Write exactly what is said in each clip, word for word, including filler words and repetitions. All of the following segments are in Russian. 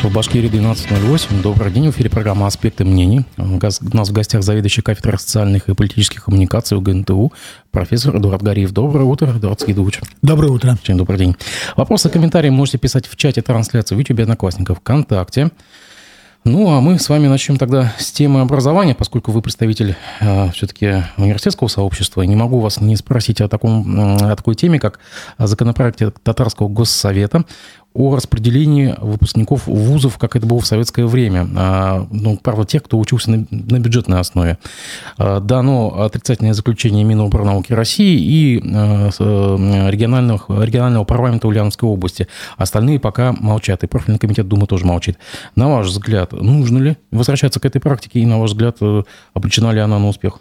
В Башкирии двенадцать ноль восемь. Добрый день. В эфире программа «Аспекты мнений». У нас в гостях заведующий кафедрой социальных и политических коммуникаций УГНТУ профессор Эдуард Гариев. Доброе утро, Эдуард Сагидович. Доброе утро. Очень добрый день. Вопросы и комментарии можете писать в чате трансляции в YouTube, Одноклассников, ВКонтакте. Ну, а мы с вами начнем тогда с темы образования, поскольку вы представитель э, все-таки университетского сообщества. И не могу вас не спросить о, таком, о такой теме, как о законопроекте Татарского госсовета о распределении выпускников вузов, как это было в советское время. А, ну, правда, тех, кто учился на, на бюджетной основе. А, дано отрицательное заключение Миноборнауки России и а, регионального, регионального парламента Ульяновской области. Остальные пока молчат. И профильный комитет Думы тоже молчит. На ваш взгляд, нужно ли возвращаться к этой практике? И, на ваш взгляд, обречена ли она на успех?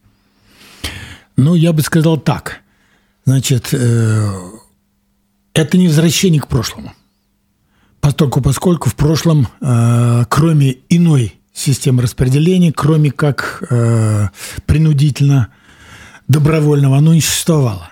Ну, я бы сказал так. Значит, э, это не возвращение к прошлому. Поскольку, поскольку в прошлом, э, кроме иной системы распределения, кроме как э, принудительно добровольного, оно не существовало.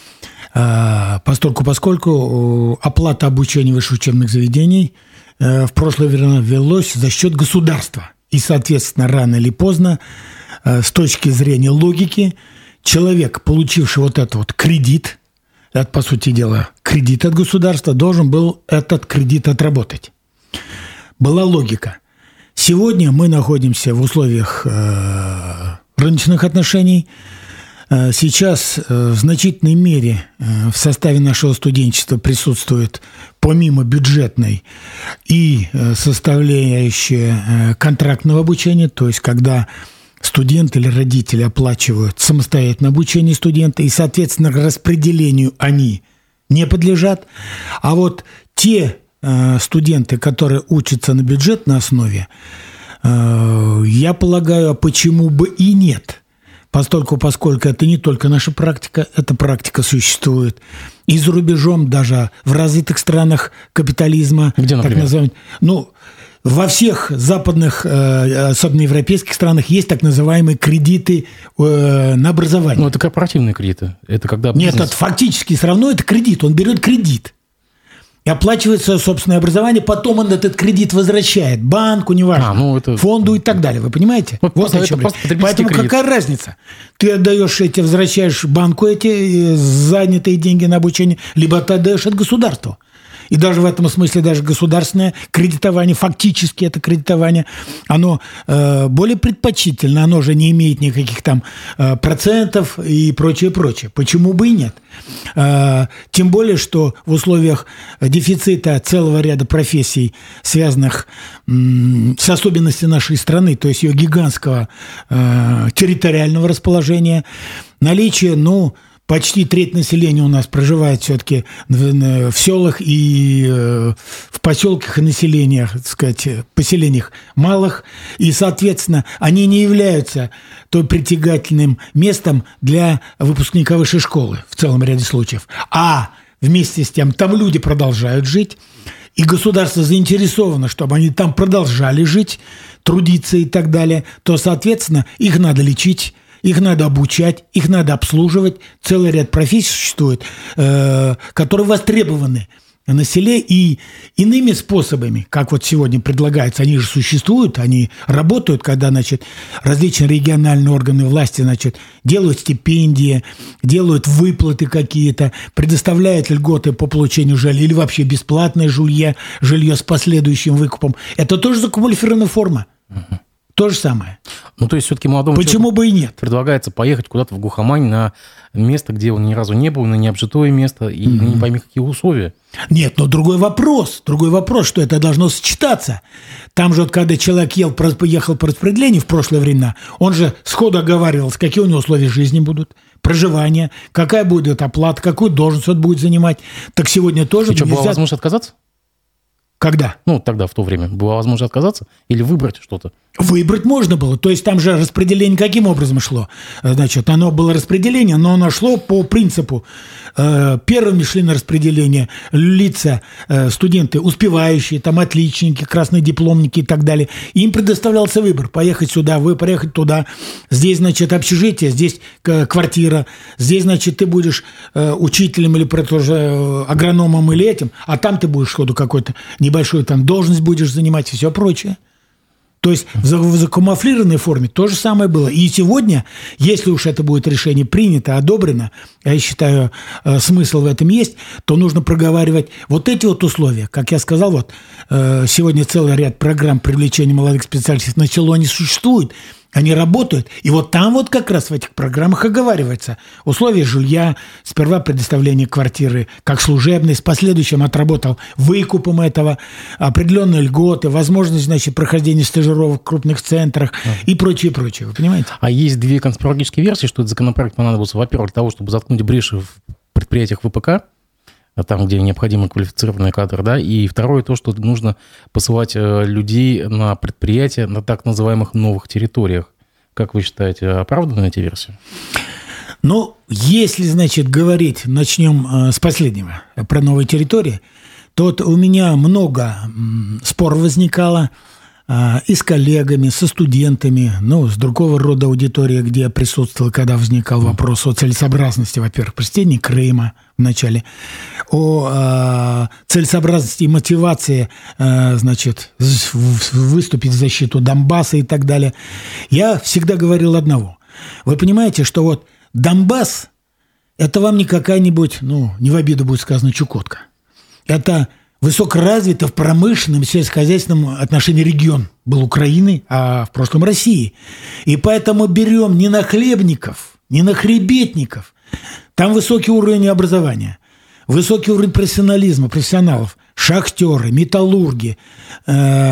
Э, поскольку, поскольку оплата обучения высших учебных заведений э, в прошлое время велось за счет государства. И, соответственно, рано или поздно, э, с точки зрения логики, человек, получивший вот этот вот кредит, это, по сути дела, кредит от государства, должен был этот кредит отработать. Была логика. Сегодня мы находимся в условиях э, рыночных отношений. Э, сейчас э, в значительной мере э, в составе нашего студенчества присутствует помимо бюджетной и э, составляющая э, контрактного обучения, то есть когда студент или родители оплачивают самостоятельно обучение студента, и, соответственно, распределению они не подлежат. А вот те э, студенты, которые учатся на бюджетной основе, э, я полагаю, а почему бы и нет? Поскольку, поскольку это не только наша практика, эта практика существует и за рубежом, даже в развитых странах капитализма. Где, например? Так называемый, ну, во всех западных, особенно европейских странах, есть так называемые кредиты на образование. Ну, это корпоративные кредиты. Это когда бизнес... Нет, это фактически все равно это кредит. Он берет кредит и оплачивает свое собственное образование, потом он этот кредит возвращает банку, неважно, а, ну это... фонду и так далее. Вы понимаете? Вот, вот это просто Поэтому кредит. Какая разница? Ты отдаешь эти, возвращаешь банку эти занятые деньги на обучение, либо ты отдаешь от государства. И даже в этом смысле даже государственное кредитование, фактически это кредитование, оно э, более предпочтительно, оно же не имеет никаких там э, процентов и прочее, прочее. Почему бы и нет? Э, тем более, что в условиях дефицита целого ряда профессий, связанных э, с особенностями нашей страны, то есть ее гигантского э, территориального расположения, наличие, ну, почти треть населения у нас проживает все-таки в, в селах и в поселках и населениях, так сказать, поселениях малых. И, соответственно, они не являются той притягательным местом для выпускника высшей школы в целом ряде случаев. А вместе с тем там люди продолжают жить, и государство заинтересовано, чтобы они там продолжали жить, трудиться и так далее, то, соответственно, их надо лечить, их надо обучать, их надо обслуживать. Целый ряд профессий существует, э, которые востребованы на селе. И иными способами, как вот сегодня предлагается, они же существуют, они работают, когда, значит, различные региональные органы власти, значит, делают стипендии, делают выплаты какие-то, предоставляют льготы по получению жилья или вообще бесплатное жилье, жилье с последующим выкупом. Это тоже закумулированная форма. Uh-huh. То же самое. Ну, то есть, все-таки молодому Почему бы и нет? Предлагается поехать куда-то в глухомань на место, где он ни разу не был, на необжитое место, и mm-hmm. не пойми, какие условия. Нет, но другой вопрос. Другой вопрос, что это должно сочетаться. Там же, вот, когда человек ел, ехал по распределению в прошлые времена, он же сходу оговаривался, какие у него условия жизни будут, проживания, какая будет оплата, какую должность он будет занимать. Так сегодня тоже... И что, была возможность отказаться? Когда? Ну, тогда, в то время. Была возможность отказаться или выбрать что-то? Выбрать можно было. То есть там же распределение каким образом шло? Значит, оно было распределение, но оно шло по принципу. Первыми шли на распределение лица, студенты успевающие, там отличники, красные дипломники и так далее. И им предоставлялся выбор. Поехать сюда, вы поехать туда. Здесь, значит, общежитие, здесь квартира. Здесь, значит, ты будешь учителем или тоже агрономом или этим, а там ты будешь сходу какой-то небольшую там должность будешь занимать и все прочее. То есть в закамуфлированной форме то же самое было. И сегодня, если уж это будет решение принято, одобрено, я считаю, смысл в этом есть, то нужно проговаривать вот эти вот условия. Как я сказал, вот сегодня целый ряд программ привлечения молодых специалистов на село не существует. Они работают, и вот там вот как раз в этих программах оговаривается условия жилья, сперва предоставление квартиры как служебной, с последующим отработал выкупом этого, определенные льготы, возможность, значит, прохождения стажировок в крупных центрах ага. и прочее, прочее. Вы понимаете? А есть две конспирологические версии, что этот законопроект понадобился, во-первых, для того, чтобы заткнуть бреши в предприятиях ВПК, там, где необходимы квалифицированные кадры, да, и второе, то, что нужно посылать людей на предприятия на так называемых новых территориях. Как вы считаете, оправданы эти версии? Ну, если, значит, говорить, начнем с последнего, про новые территории, то вот у меня много споров возникало и с коллегами, со студентами, ну, с другого рода аудитории, где я присутствовал, когда возникал вопрос о целесообразности, во-первых, присоединения Крыма в начале, о э, целесообразности и мотивации, э, значит, выступить в защиту Донбасса и так далее. Я всегда говорил одного. Вы понимаете, что вот Донбасс – это вам не какая-нибудь, ну, не в обиду будет сказано, Чукотка. Это высокоразвитый в промышленном и сельскохозяйственном отношении регион был Украины, а в прошлом России. И поэтому берем не нахлебников, не нахребетников. Там высокий уровень образования, высокий уровень профессионализма, профессионалов, шахтеры, металлурги, э,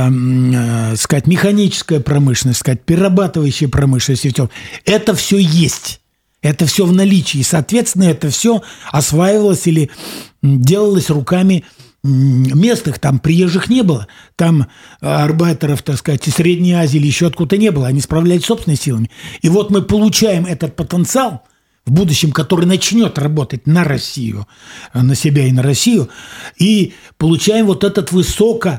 э, сказать, механическая промышленность, сказать, перерабатывающая промышленность. Это все есть. Это все в наличии. И, соответственно, это все осваивалось или делалось руками местных, там приезжих не было, там арбайтеров, так сказать, из Средней Азии или еще откуда-то не было, они справлялись собственными силами. И вот мы получаем этот потенциал в будущем, который начнет работать на Россию, на себя и на Россию, и получаем вот этот высоко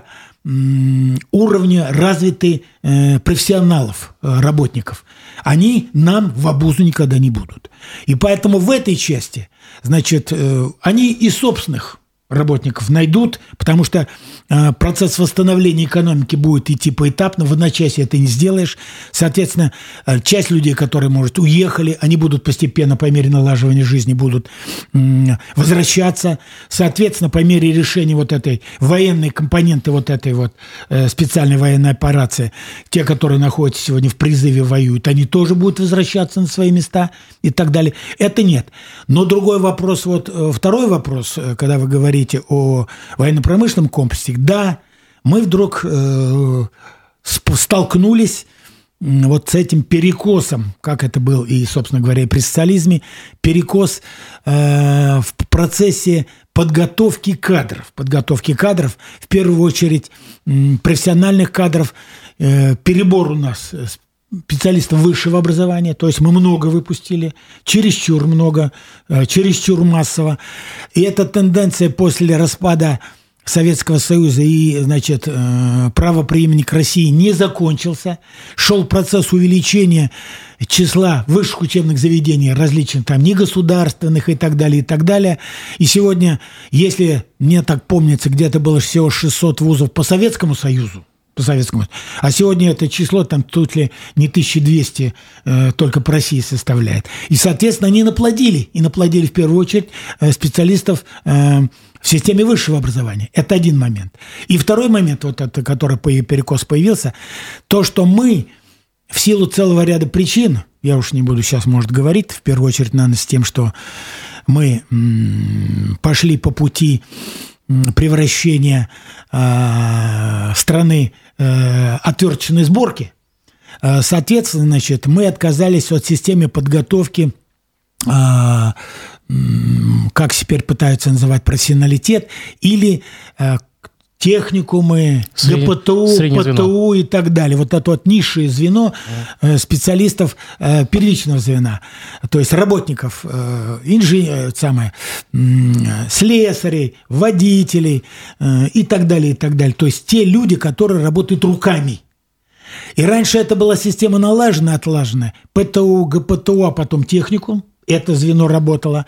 уровня развитых профессионалов, работников. Они нам в обузу никогда не будут. И поэтому в этой части, значит, они и собственных работников найдут, потому что э, процесс восстановления экономики будет идти поэтапно, в одночасье это не сделаешь. Соответственно, э, часть людей, которые, может, уехали, они будут постепенно, по мере налаживания жизни, будут э, возвращаться. Соответственно, по мере решения вот этой военной компоненты, вот этой вот э, специальной военной операции, те, которые находятся сегодня в призыве, воюют, они тоже будут возвращаться на свои места и так далее. Это нет. Но другой вопрос, вот э, второй вопрос, э, когда вы говорите о военно-промышленном комплексе, да, мы вдруг э, столкнулись вот с этим перекосом, как это был и, собственно говоря, и при социализме, перекос э, в процессе подготовки кадров, подготовки кадров, в первую очередь э, профессиональных кадров, э, перебор у нас специалистов высшего образования, то есть мы много выпустили, чересчур много, чересчур массово. И эта тенденция после распада Советского Союза и, значит, правопреемник России не закончился. Шел процесс увеличения числа высших учебных заведений, различных там негосударственных и так далее, и так далее. И сегодня, если мне так помнится, где-то было всего шестьсот вузов по Советскому Союзу, по советскому. А сегодня это число там тут ли не тысяча двести э, только по России составляет. И, соответственно, они наплодили. И наплодили в первую очередь э, специалистов э, в системе высшего образования. Это один момент. И второй момент, вот это, который по перекос появился, то, что мы в силу целого ряда причин, я уж не буду сейчас, может, говорить, в первую очередь, наверное, с тем, что мы м- пошли по пути превращения э, страны э, отверточной сборки. Э, соответственно, значит, мы отказались от системы подготовки, э, э, как теперь пытаются называть, профессионалитет, или э, техникумы, Средне, ГПТУ, ПТУ и так далее. Вот это вот низшее звено э, специалистов э, первичного звена, то есть работников, э, инженеров, самое, э, слесарей, водителей э, и так далее, и так далее. То есть те люди, которые работают руками. И раньше это была система налаженная, отлаженная. ПТУ, ГПТУ, а потом техникум. Это звено работало.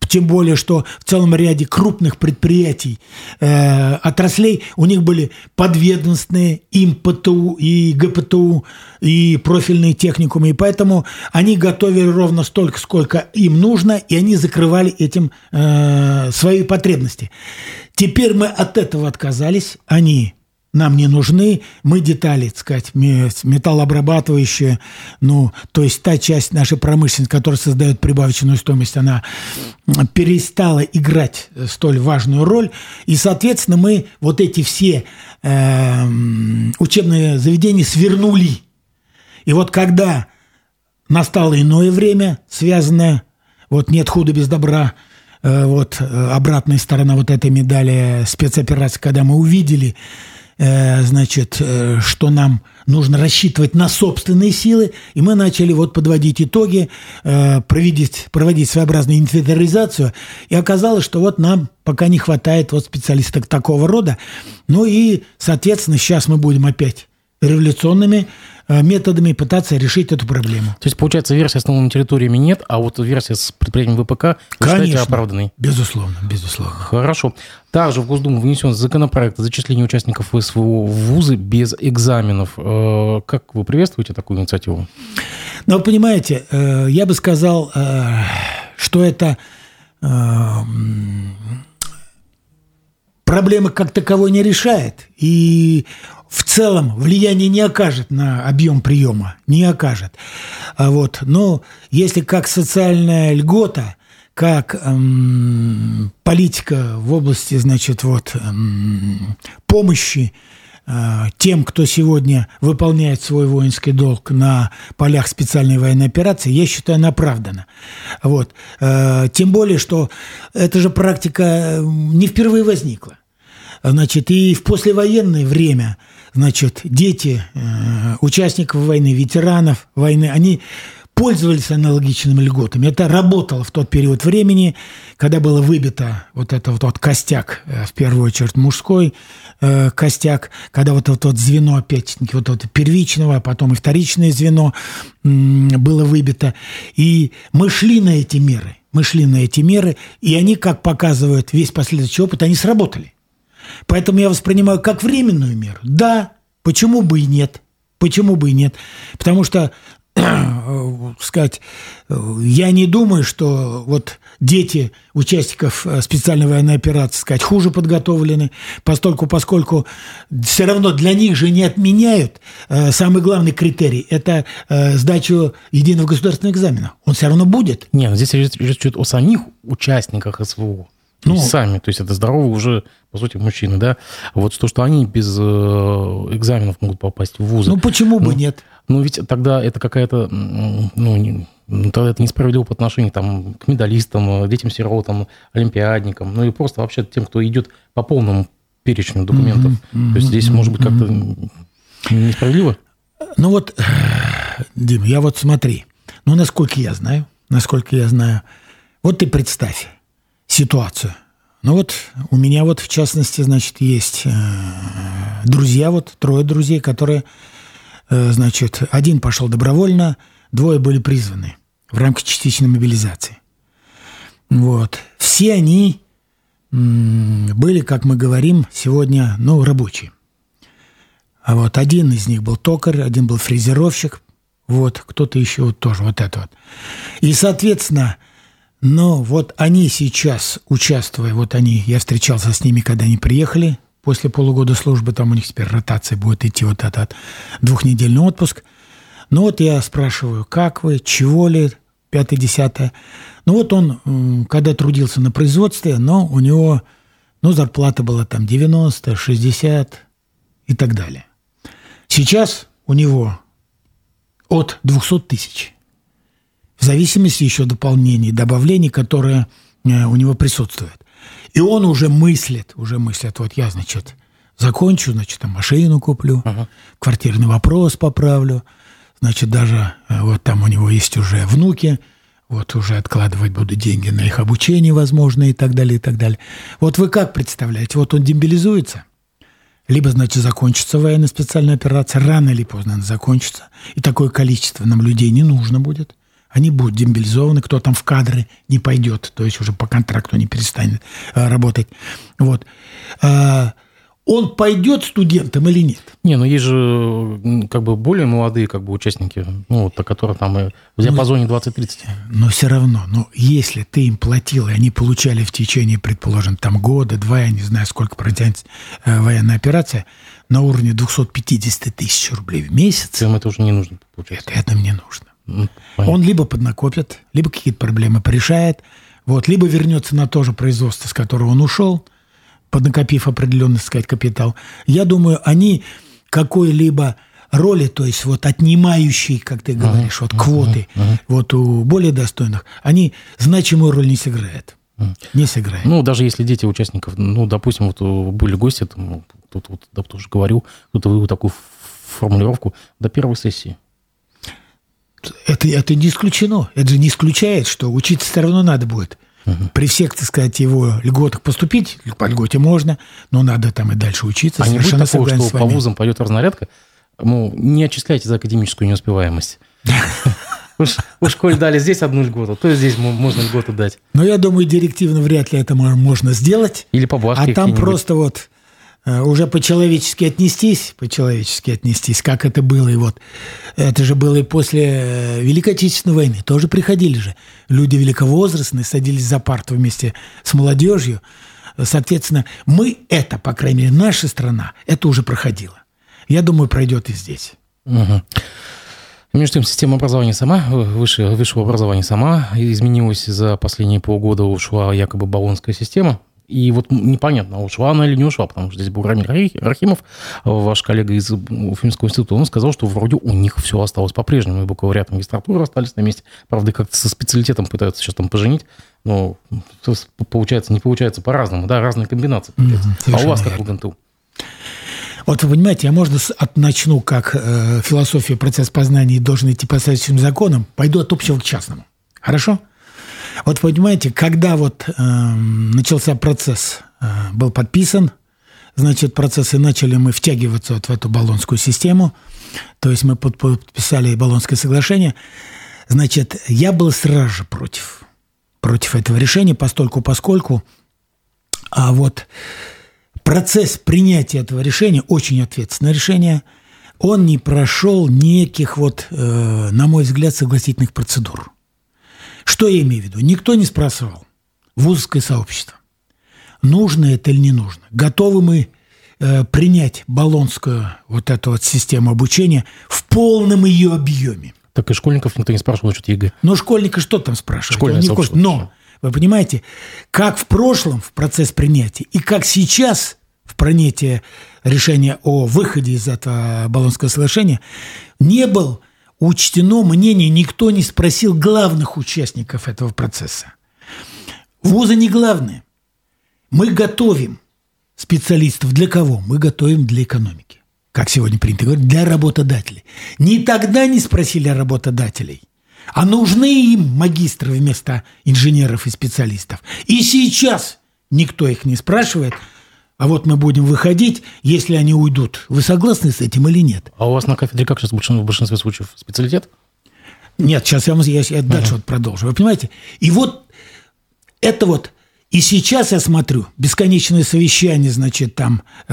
Тем более, что в целом ряде крупных предприятий, э, отраслей, у них были подведомственные им ПТУ и ГПТУ, и профильные техникумы. И поэтому они готовили ровно столько, сколько им нужно, и они закрывали этим э, свои потребности. Теперь мы от этого отказались, они нам не нужны, мы детали, так сказать, металлообрабатывающие, ну, то есть та часть нашей промышленности, которая создает прибавочную стоимость, она перестала играть столь важную роль, и, соответственно, мы вот эти все э, учебные заведения свернули. И вот когда настало иное время, связанное, вот нет худа без добра, э, вот обратная сторона вот этой медали спецоперации, когда мы увидели, значит, что нам нужно рассчитывать на собственные силы, и мы начали вот подводить итоги, проводить, проводить своеобразную инвентаризацию, и оказалось, что вот нам пока не хватает вот специалистов такого рода. Ну и, соответственно, сейчас мы будем опять революционными методами пытаться решить эту проблему. То есть, получается, версия с новыми территориями нет, а вот версия с предприятием ВПК, вы считаете, оправданной? Безусловно, безусловно. Хорошо. Также в Госдуму внесен законопроект о зачислении участников СВО в вузы без экзаменов. Как вы приветствуете такую инициативу? Ну, вы понимаете, я бы сказал, что это проблемы как таковой не решает. И в целом влияние не окажет на объем приема, не окажет. Вот. Но если как социальная льгота, как эм, политика в области, значит, вот, эм, помощи э, тем, кто сегодня выполняет свой воинский долг на полях специальной военной операции, я считаю, она оправдана. Вот. Э, тем более, что эта же практика не впервые возникла. Значит, и в послевоенное время, значит, дети э, участников войны, ветеранов войны, они пользовались аналогичными льготами. Это работало в тот период времени, когда было выбито вот этот вот, вот костяк, э, в первую очередь мужской э, костяк, когда вот это вот звено, опять-таки, вот это первичного, а потом и вторичное звено э, было выбито. И мы шли на эти меры, мы шли на эти меры, и они, как показывает весь последующий опыт, они сработали. Поэтому я воспринимаю как временную меру. Да, почему бы и нет? Почему бы и нет? Потому что, сказать, я не думаю, что вот дети участников специальной военной операции, сказать, хуже подготовлены, поскольку, поскольку все равно для них же не отменяют самый главный критерий – это сдачу единого государственного экзамена. Он все равно будет. Нет, здесь речь идет о самих участниках СВО. Ну, сами, то есть это здоровые уже, по сути, мужчины, да? Вот то, что они без экзаменов могут попасть в вузы. Ну, почему бы ну, нет? Ну, ведь тогда это какая-то, ну, не, тогда это несправедливо по отношению там, к медалистам, детям-сиротам, олимпиадникам, ну и просто вообще тем, кто идет по полному перечню документов. Mm-hmm, mm-hmm, то есть здесь, mm-hmm, может быть, как-то mm-hmm. несправедливо? Ну вот, Дим, я вот смотри, ну, насколько я знаю, насколько я знаю, вот ты представь ситуацию. Ну вот у меня вот в частности, значит, есть э, друзья, вот трое друзей, которые, э, значит, один пошел добровольно, двое были призваны в рамках частичной мобилизации. Вот. Все они м- были, как мы говорим, сегодня, ну, рабочие. А вот один из них был токарь, один был фрезеровщик, вот, кто-то еще вот тоже, вот это вот. И, соответственно, но вот они сейчас, участвуя, вот они, я встречался с ними, когда они приехали после полугода службы, там у них теперь ротация будет идти, вот этот двухнедельный отпуск. Ну вот я спрашиваю, как вы, чего ли, пятое-десятое. Ну вот он, когда трудился на производстве, но у него, ну, зарплата была там девяносто, шестьдесят и так далее. Сейчас у него от двухсот тысяч. В зависимости еще дополнений, добавлений, которые э, у него присутствуют. И он уже мыслит, уже мыслит, вот я, значит, закончу, значит, там машину куплю, ага. квартирный вопрос поправлю, значит, даже э, вот там у него есть уже внуки, вот уже откладывать буду деньги на их обучение, возможно, и так далее, и так далее. Вот вы как представляете? Вот он демобилизуется, либо, значит, закончится военная специальная операция, рано или поздно она закончится, и такое количество нам людей не нужно будет. Они будут демобилизованы, кто там в кадры не пойдет, то есть уже по контракту не перестанет а, работать. Вот. А, он пойдет студентом или нет? Не, ну есть же как бы более молодые как бы участники, ну, вот, которые там и в диапазоне двадцать-тридцать. Но все равно, ну, если ты им платил, и они получали в течение, предположим, там года, два, я не знаю, сколько протянет э, военная операция, на уровне двести пятьдесят тысяч рублей в месяц. Им это уже не нужно, получается. Это, это мне нужно. Ну, он либо поднакопит, либо какие-то проблемы порешает, вот, либо вернется на то же производство, с которого он ушел, поднакопив определенный, так сказать, капитал. Я думаю, они какой-либо роли, то есть вот отнимающие, как ты говоришь, uh-huh, вот квоты uh-huh, uh-huh. вот у более достойных, они значимую роль не сыграют. Uh-huh. Не сыграют. Ну, даже если дети участников, ну, допустим, вот были гости, там, тут вот, да, тоже говорил, кто-то вывел такую формулировку до первой сессии. Это, это не исключено. Это же не исключает, что учиться все равно надо будет. Угу. При всех, так сказать, его льготах поступить, по льготе можно, но надо там и дальше учиться. А не будет такого, что по вузам пойдет разнарядка? Ну, не отчисляйте за академическую неуспеваемость. Уж коль дали здесь одну льготу, то здесь можно льготу дать. Но я думаю, директивно вряд ли это можно сделать. Или поблажки. А там просто вот уже по-человечески отнестись, по-человечески отнестись, как это было. И вот это же было и после Великой Отечественной войны. Тоже приходили же люди великовозрастные, садились за парту вместе с молодежью. Соответственно, мы это, по крайней мере, наша страна, это уже проходило. Я думаю, пройдет и здесь. Угу. Между тем, система образования сама, выше, высшего образования сама изменилась за последние полгода, ушла якобы Болонская система. И вот непонятно, ушла она или не ушла, потому что здесь был Рамиль Рахимов, ваш коллега из Уфимского института, он сказал, что вроде у них все осталось по-прежнему, и бакалавриат, магистратура остались на месте. Правда, как-то со специалитетом пытаются сейчас там поженить, но получается, не получается по-разному, да, разные комбинации. Mm-hmm. А у вас как в ГНТУ? Вот вы понимаете, я, можно, от, начну как э, философия, процесс познания должен идти по следующим законам, пойду от общего к частному. Хорошо? Вот понимаете, когда вот э, начался процесс, э, был подписан, значит, процессы начали мы втягиваться вот в эту Болонскую систему, то есть мы под, подписали Болонское соглашение, значит, я был сразу же против, против этого решения, постольку поскольку, а вот процесс принятия этого решения, очень ответственное решение, он не прошел неких вот, э, на мой взгляд, согласительных процедур. Что я имею в виду? Никто не спрашивал вузовское сообщество, нужно это или не нужно. Готовы мы э, принять болонскую вот эту вот систему обучения в полном ее объеме. Так и школьников никто не спрашивал насчет ЕГЭ. Но школьника что там спрашивать? Школьное сообщество. Но, вы понимаете, как в прошлом в процесс принятия и как сейчас в принятии решения о выходе из этого Болонского соглашения не был учтено мнение, никто не спросил главных участников этого процесса. Вузы не главные. Мы готовим специалистов для кого? Мы готовим для экономики. Как сегодня принято говорить, для работодателей. Ни тогда не спросили работодателей, а нужны им магистры вместо инженеров и специалистов. И сейчас никто их не спрашивает, а вот мы будем выходить, если они уйдут. Вы согласны с этим или нет? А у вас на кафедре как сейчас в большинстве случаев? Специалитет? Нет, сейчас я, я, я дальше uh-huh. вот продолжу. Вы понимаете? И вот это вот, и сейчас я смотрю, бесконечное совещание, значит, там э,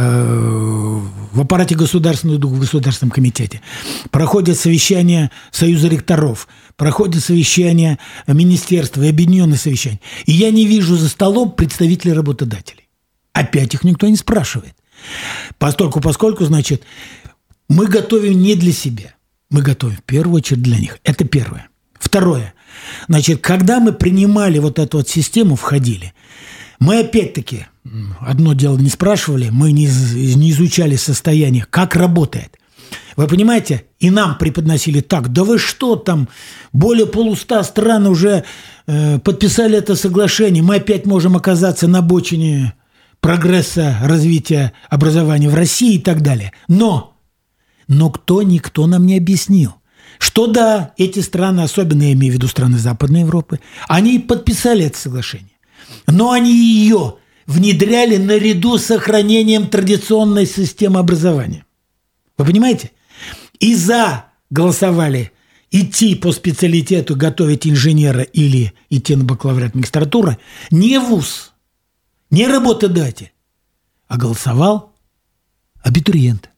в аппарате Государственного Духа, в Государственном комитете. Проходят совещания Союза ректоров, проходят совещания министерства и объединенные совещания. И я не вижу за столом представителей работодателей. Опять их никто не спрашивает. Постольку, поскольку, значит, мы готовим не для себя. Мы готовим в первую очередь для них. Это первое. Второе. Значит, когда мы принимали вот эту вот систему, входили, мы опять-таки одно дело не спрашивали, мы не, не изучали состояние, как работает. Вы понимаете? И нам преподносили так, да вы что там, более полуста стран уже э, подписали это соглашение, мы опять можем оказаться на обочине прогресса, развития образования в России и так далее. Но, но кто, никто нам не объяснил, что да, эти страны, особенно я имею в виду страны Западной Европы, они подписали это соглашение, но они ее внедряли наряду с сохранением традиционной системы образования. Вы понимаете? И за голосовали идти по специалитету, готовить инженера или идти на бакалавриат магистратуры не вуз, не работодатель, а голосовал абитуриент.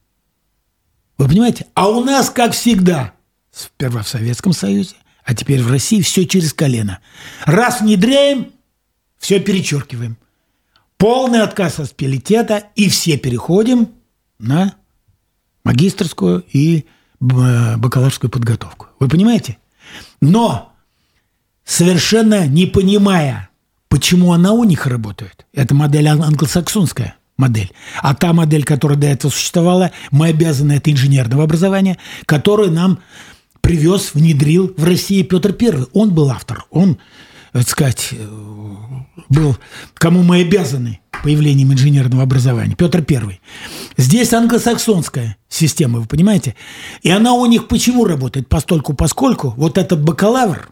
Вы понимаете? А у нас, как всегда, сперва в Советском Союзе, а теперь в России все через колено. Раз внедряем, все перечеркиваем. Полный отказ от специалитета, и все переходим на магистерскую и бакалаврскую подготовку. Вы понимаете? Но совершенно не понимая, почему она у них работает, это модель англосаксонская модель, а та модель, которая до этого существовала, мы обязаны это инженерного образования, которое нам привез, внедрил в России Петр Первый. Он был автор, он, так сказать, был, кому мы обязаны появлением инженерного образования. Петр Первый. Здесь англосаксонская система, вы понимаете? И она у них почему работает? Постольку, поскольку вот этот бакалавр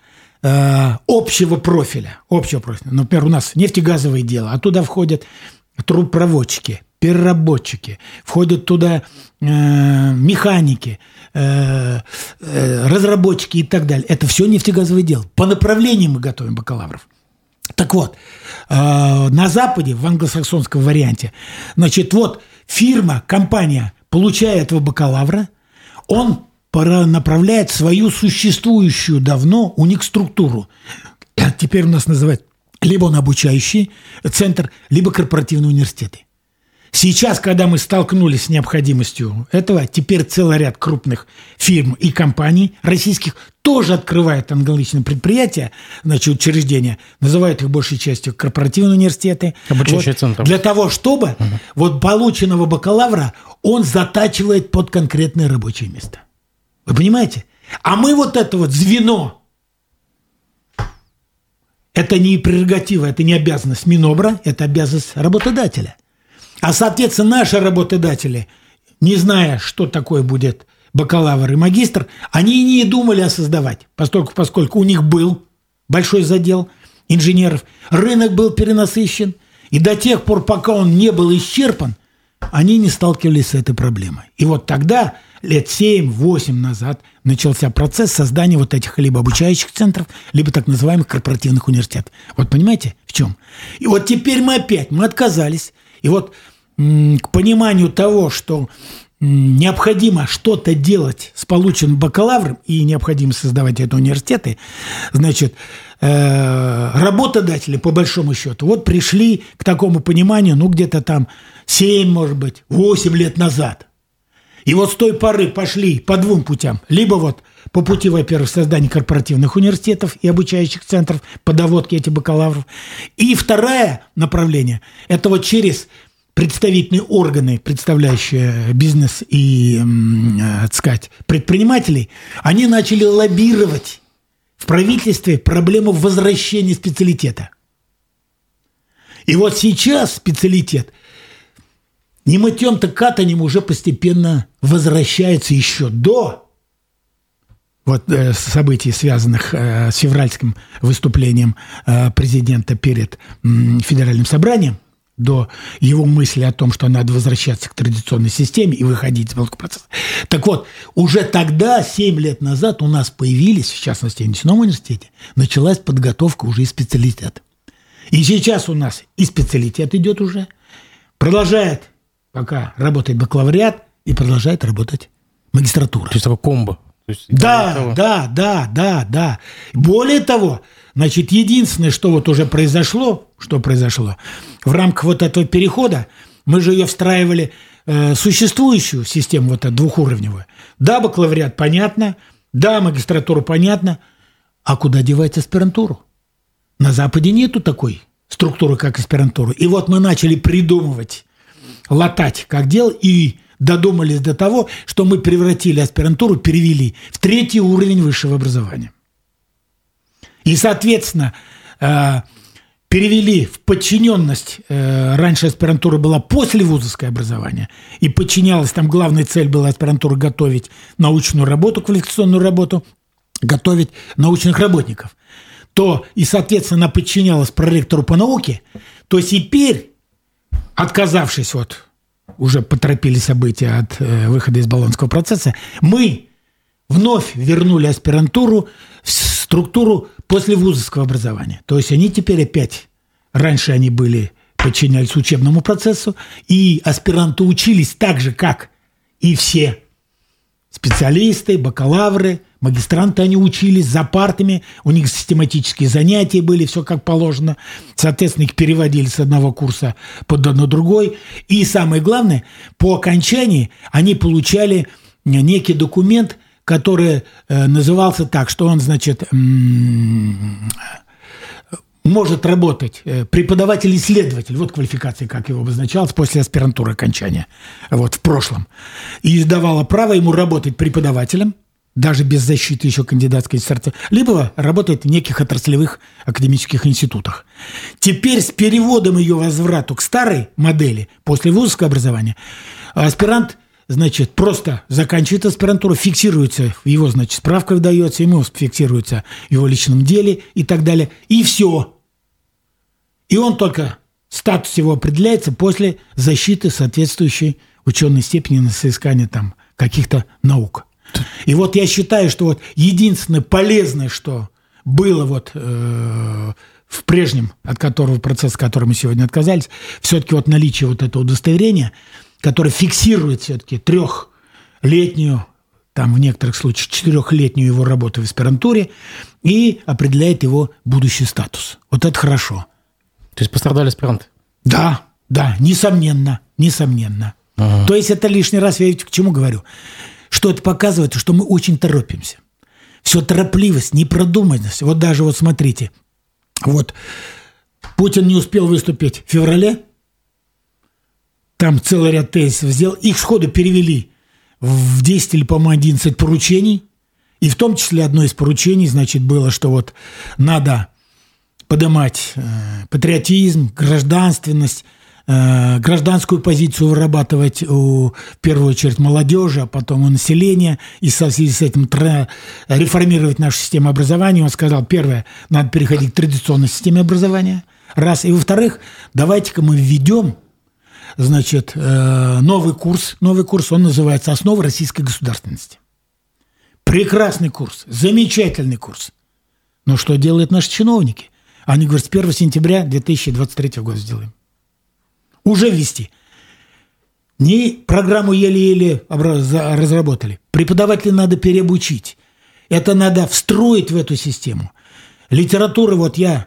э, общего профиля, общего профиля, например, у нас нефтегазовое дело, а туда входят трубопроводчики, переработчики, входят туда э, механики, э, э, разработчики и так далее. Это все нефтегазовое дело. По направлениям мы готовим бакалавров. Так вот, э, на Западе, в англосаксонском варианте, значит, вот фирма, компания, получая этого бакалавра, он направляет свою существующую давно у них структуру. Теперь у нас называют либо он обучающий центр, либо корпоративные университеты. Сейчас, когда мы столкнулись с необходимостью этого, теперь целый ряд крупных фирм и компаний российских тоже открывают англоязычные предприятия, значит, учреждения, называют их большей частью корпоративные университеты. Обучающие вот, центры. Для того, чтобы угу. вот полученного бакалавра он затачивает под конкретное рабочее место. Вы понимаете? А мы вот это вот звено, это не прерогатива, это не обязанность Минобра, это обязанность работодателя. А, соответственно, наши работодатели, не зная, что такое будет бакалавр и магистр, они не думали о создавать, поскольку, поскольку у них был большой задел инженеров, рынок был перенасыщен, и до тех пор, пока он не был исчерпан, они не сталкивались с этой проблемой. И вот тогда, лет семь-восемь назад, начался процесс создания вот этих либо обучающих центров, либо так называемых корпоративных университетов. Вот понимаете, в чем? И вот теперь мы опять, мы отказались. И вот м- к пониманию того, что м- необходимо что-то делать с полученным бакалавром и необходимо создавать эти университеты, значит, э- работодатели, по большому счету, вот пришли к такому пониманию, ну, где-то там семь, может быть, восемь лет назад. И вот с той поры пошли по двум путям. Либо вот по пути, во-первых, создания корпоративных университетов и обучающих центров по доводке этих бакалавров. И второе направление – это вот через представительные органы, представляющие бизнес и, так сказать, предпринимателей, они начали лоббировать в правительстве проблему возвращения специалитета. И вот сейчас специалитет не мытьем-то катанем уже постепенно возвращается еще до вот, э, событий, связанных э, с февральским выступлением э, президента перед э, федеральным собранием, до его мысли о том, что надо возвращаться к традиционной системе и выходить из белого процесса. Так вот, уже тогда, семь лет назад, у нас появились, в частности, в нефтяном университете, началась подготовка уже и специалитета. И сейчас у нас и специалитет идет уже, продолжает пока работает бакалавриат и продолжает работать магистратура. То есть такое комбо. То есть, да, да, да, да, да. Более того, значит, единственное, что вот уже произошло, что произошло, в рамках вот этого перехода, мы же ее встраивали э, существующую систему вот эту двухуровневую. Да, бакалавриат понятно, да, магистратура понятно, а куда девать аспирантуру? На Западе нету такой структуры, как аспирантура. И вот мы начали придумывать, латать как дел, и додумались до того, что мы превратили аспирантуру, перевели в третий уровень высшего образования. И, соответственно, перевели в подчиненность, раньше аспирантура была послевузовское образование, и подчинялась, там главная цель была аспирантура готовить научную работу, квалификационную работу, готовить научных работников, то и, соответственно, она подчинялась проректору по науке, то теперь, отказавшись, вот, уже поторопили события от э, выхода из Болонского процесса, мы вновь вернули аспирантуру в структуру послевузовского образования. То есть они теперь опять, раньше они были, подчинялись учебному процессу, и аспиранты учились так же, как и все специалисты, бакалавры, магистранты, они учились за партами, у них систематические занятия были, все как положено. Соответственно, их переводили с одного курса под на другой. И самое главное, по окончании они получали некий документ, который э, назывался так, что он, значит, м- может работать преподаватель-исследователь, вот квалификация, как его обозначалось, после аспирантуры окончания, вот, в прошлом. И давало право ему работать преподавателем, даже без защиты еще кандидатской диссертации, либо работать в неких отраслевых академических институтах. Теперь с переводом ее возврату к старой модели после вузовского образования аспирант, значит, просто заканчивает аспирантуру, фиксируется в его, значит, справках дается, ему фиксируется в его личном деле и так далее, и все. И он только, статус его определяется после защиты соответствующей ученой степени на соискание там каких-то наук. И вот я считаю, что вот единственное полезное, что было вот э, в прежнем, от которого процесса, от которого мы сегодня отказались, все-таки вот наличие вот этого удостоверения, которое фиксирует все-таки трехлетнюю, там в некоторых случаях четырехлетнюю его работу в аспирантуре и определяет его будущий статус. Вот это хорошо. То есть пострадали аспиранты? Да, да, несомненно, несомненно. Ага. То есть это лишний раз, я ведь к чему говорю? Что это показывает, что мы очень торопимся. Все торопливость, непродуманность. Вот даже вот смотрите, вот Путин не успел выступить в феврале, там целый ряд тезисов сделал, их сходу перевели в десять или, по-моему, одиннадцать поручений, и в том числе одно из поручений, значит, было, что вот надо поднимать э, патриотизм, гражданственность, гражданскую позицию вырабатывать у, в первую очередь, молодежи, а потом у населения, и в связи с этим тра- реформировать нашу систему образования. Он сказал, первое, надо переходить к традиционной системе образования, раз. И, во-вторых, давайте-ка мы введем, значит, новый курс. Новый курс, он называется «Основы российской государственности». Прекрасный курс, замечательный курс. Но что делают наши чиновники? Они говорят, с первого сентября две тысячи двадцать третьего года сделаем. Уже ввести. Не программу еле-еле разработали. Преподавателей надо переобучить. Это надо встроить в эту систему. Литература, вот я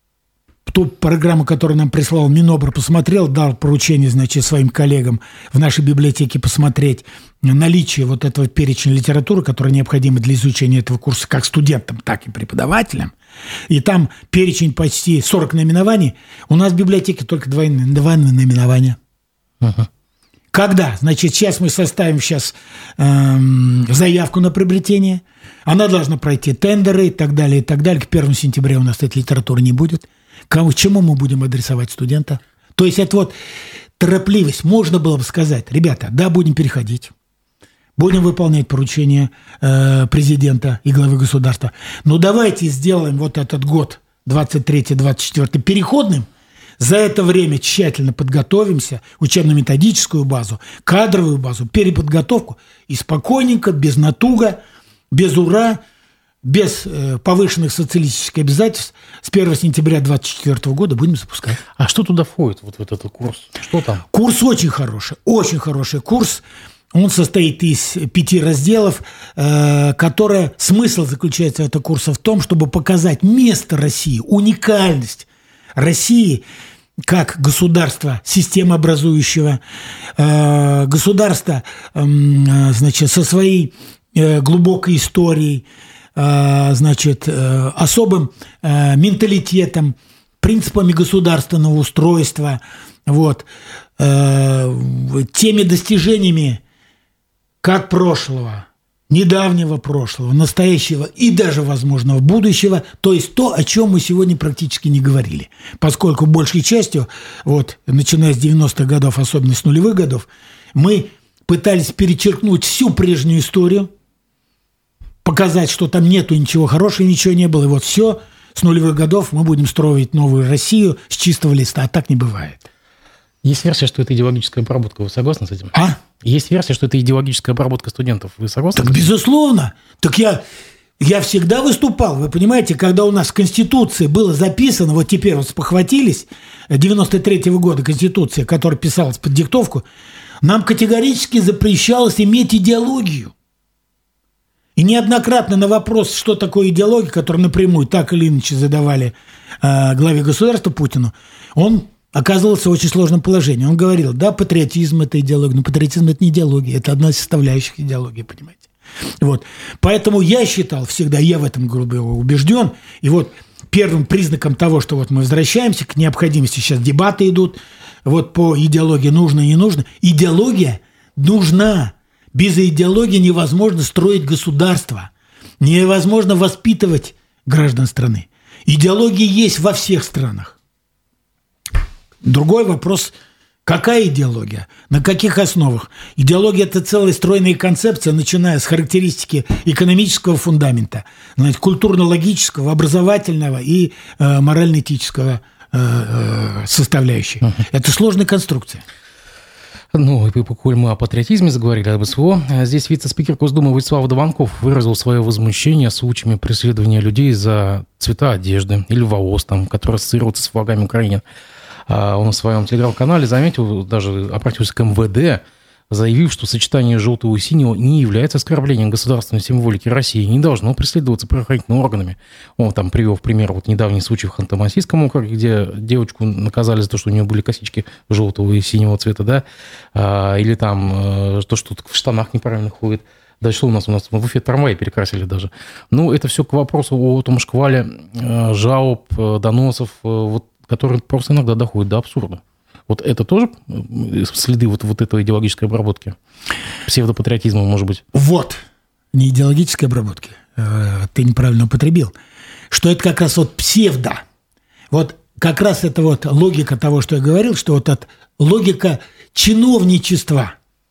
ту программу, которую нам прислал Минобр, посмотрел, дал поручение, значит, своим коллегам в нашей библиотеке посмотреть наличие вот этого перечня литературы, которая необходима для изучения этого курса как студентам, так и преподавателям. И там перечень почти сорок наименований. У нас в библиотеке только два, два наименования. Uh-huh. Когда? Значит, сейчас мы составим сейчас эм, заявку на приобретение. Она должна пройти тендеры и так далее, и так далее. К первому сентября у нас этой литературы не будет. К чему мы будем адресовать студента? То есть это вот торопливость. Можно было бы сказать, ребята, да, будем переходить. Будем выполнять поручения э, президента и главы государства. Но давайте сделаем вот этот год двадцать третий двадцать четвёртый переходным. За это время тщательно подготовимся, учебно-методическую базу, кадровую базу, переподготовку. И спокойненько, без натуга, без ура, без э, повышенных социалистических обязательств с первого сентября двадцать четвёртого года будем запускать. А что туда входит, вот в этот курс? Что там? Курс очень хороший, очень хороший курс. Он состоит из пяти разделов, э, которые, смысл заключается этого курса в том, чтобы показать место России, уникальность России как государства системообразующего, э, государства э, значит, со своей э, глубокой историей, э, значит, э, особым э, менталитетом, принципами государственного устройства, вот, э, теми достижениями, как прошлого, недавнего прошлого, настоящего и даже, возможно, будущего, то есть то, о чем мы сегодня практически не говорили. Поскольку большей частью, вот, начиная с девяностых годов, особенно с нулевых годов, мы пытались перечеркнуть всю прежнюю историю, показать, что там нету ничего хорошего, ничего не было, и вот все, с нулевых годов мы будем строить новую Россию с чистого листа, а так не бывает. Есть версия, что это идеологическая обработка. Вы согласны с этим? А? Есть версия, что это идеологическая обработка студентов. Вы согласны? Так, безусловно. Так я, я всегда выступал. Вы понимаете, когда у нас в Конституции было записано, вот теперь вот спохватились, девяносто третьего года Конституция, которая писалась под диктовку, нам категорически запрещалось иметь идеологию. И неоднократно на вопрос, что такое идеология, который напрямую так или иначе задавали э, главе государства Путину, он оказывался в очень сложном положении. Он говорил, да, патриотизм – это идеология, но патриотизм – это не идеология, это одна из составляющих идеологии, понимаете. Вот. Поэтому я считал всегда, я в этом глубоко убежден, и вот первым признаком того, что вот мы возвращаемся к необходимости, сейчас дебаты идут, вот по идеологии нужно, не нужно. Идеология нужна. Без идеологии невозможно строить государство, невозможно воспитывать граждан страны. Идеология есть во всех странах. Другой вопрос, какая идеология, на каких основах? Идеология – это целая стройная концепция, начиная с характеристики экономического фундамента, культурно-логического, образовательного и э, морально-этического э, э, составляющей. Uh-huh. Это сложная конструкция. Ну, и коль мы о патриотизме заговорили, об СВО, здесь вице-спикер Госдумы Вячеслав Дованков выразил свое возмущение случаями преследования людей за цвета одежды или волос, там, которые ассоциируются с флагами Украины. Он в своем телеграм-канале заметил, даже обратился к эм вэ дэ, заявив, что сочетание желтого и синего не является оскорблением государственной символики России и не должно преследоваться правоохранительными органами. Он там привел в пример вот недавний случай в Ханты-Мансийском округе, где девочку наказали за то, что у нее были косички желтого и синего цвета, да, а, или там то, что в штанах неправильно ходит. Да что у нас? У нас в Уфе трамваи перекрасили даже. Ну, это все к вопросу о том шквале жалоб, доносов, вот, которые просто иногда доходят до абсурда. Вот это тоже следы вот, вот этой идеологической обработки? Псевдопатриотизма, может быть? Вот. Не идеологической обработки. Ты неправильно употребил. Что это как раз вот псевдо. Вот как раз это вот логика того, что я говорил, что вот от логика чиновничества.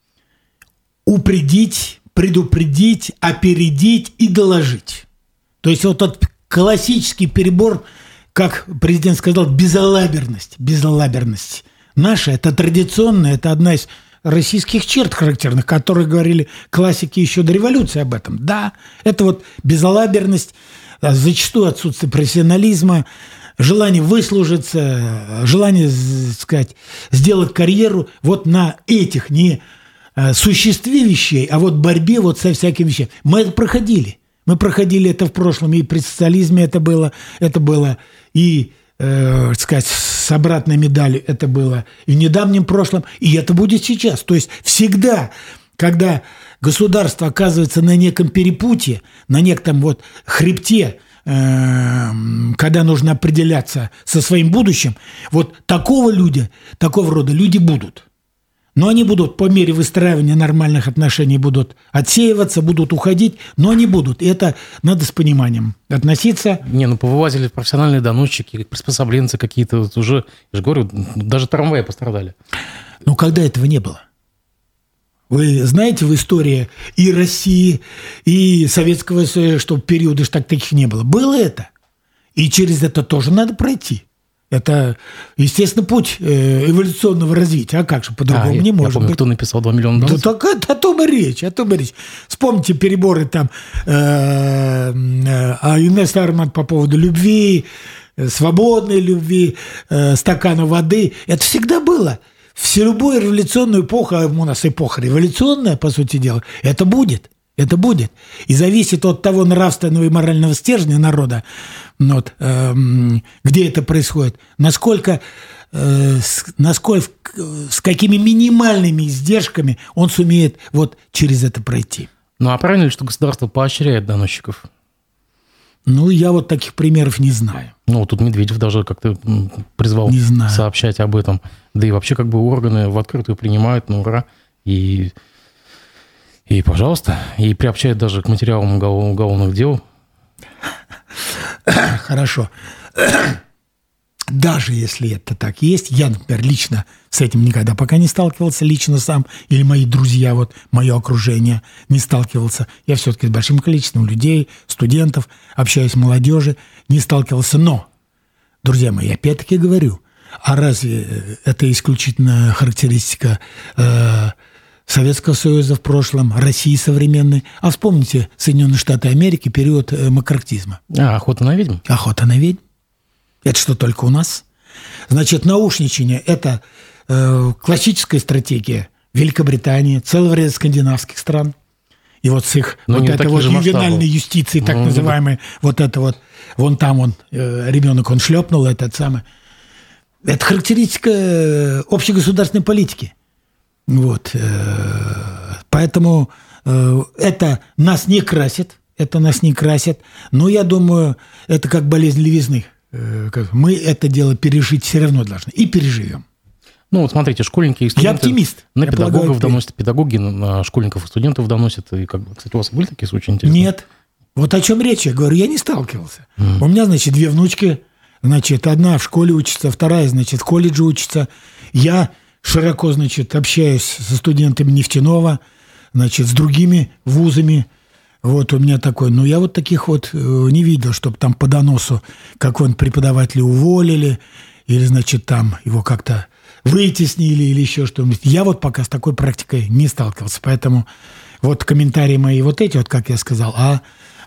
Упредить, предупредить, опередить и доложить. То есть вот тот классический перебор, как президент сказал, безалаберность. Безалаберность. Наша – это традиционная, это одна из российских черт характерных, которые говорили классики еще до революции об этом. Да, это вот безалаберность, зачастую отсутствие профессионализма, желание выслужиться, желание, так сказать, сделать карьеру вот на этих не существе вещей, а вот борьбе вот со всякими вещами. Мы это проходили. Мы проходили это в прошлом, и при социализме это было, это было и, э, так сказать, с обратной медалью это было и в недавнем прошлом, и это будет сейчас. То есть всегда, когда государство оказывается на неком перепутье, на неком вот хребте, э, когда нужно определяться со своим будущим, вот такого люди, такого рода люди будут. Но они будут по мере выстраивания нормальных отношений будут отсеиваться, будут уходить, но они будут. И это надо с пониманием относиться. Не, ну повылазили профессиональные доносчики, приспособленцы какие-то. Вот уже, я же говорю, даже трамваи пострадали. Ну, когда этого не было? Вы знаете в истории и России, и Советского Союза, что периоды ж так таких не было. Было это. И через это тоже надо пройти. Это, естественно, путь эволюционного развития. А как же, по-другому а, не я, может я помню, быть. Кто написал два миллиона доносов? Да, так, о том и речь, о том и речь. Вспомните переборы там э, э, Инессы Арманд по поводу любви, свободной любви, э, стакана воды. Это всегда было. В любую революционную эпоху, а у нас эпоха революционная, по сути дела, это будет. Это будет. И зависит от того нравственного и морального стержня народа, вот, э, где это происходит, насколько, э, с, насколько, с какими минимальными издержками он сумеет вот через это пройти. Ну, а правильно ли, что государство поощряет доносчиков? Ну, я вот таких примеров не знаю. Ну, тут Медведев даже как-то призвал сообщать об этом. Да и вообще как бы органы в открытую принимают, ну, ура, и... И, пожалуйста, и приобщают даже к материалам уголовных дел. Хорошо. Даже если это так есть, я, например, лично с этим никогда пока не сталкивался, лично сам, или мои друзья, вот мое окружение не сталкивался. Я все-таки с большим количеством людей, студентов, общаюсь с молодежью, не сталкивался. Но, друзья мои, опять-таки говорю, А разве это исключительно характеристика э, Советского Союза в прошлом, России современной? А вспомните Соединенные Штаты Америки, период э, маккартизма. А, охота на ведьм? Охота на ведьм. Это что, только у нас? Значит, наушничание – это э, классическая стратегия Великобритании, целого ряда скандинавских стран. И вот с их Но вот этой вот ювенальной юстицией, так ну, называемой, да. вот это вот, вон там он, э, ребенок, он шлепнул, этот самый. Это характеристика общегосударственной политики. Вот. Поэтому это нас не красит, это нас не красит. Но я думаю, это как болезнь левизны. Мы это дело пережить все равно должны. И переживем. Ну, вот смотрите, школьники и студенты... Я оптимист. На я педагогов полагаю, доносят, педагоги на школьников и студентов доносят. И как бы, кстати, у вас были такие случаи интересные? Нет. Вот о чем речь. Я говорю, я не сталкивался. Mm. У меня, значит, две внучки. Значит, одна в школе учится, вторая, значит, в колледже учится. Я широко, значит, общаюсь со студентами нефтяного, значит, с другими вузами. Вот у меня такой. Но я вот таких вот не видел, чтобы там по доносу какого-нибудь преподавателя уволили или, значит, там его как-то вытеснили или еще что-нибудь. Я вот пока с такой практикой не сталкивался. Поэтому вот комментарии мои вот эти, вот как я сказал. А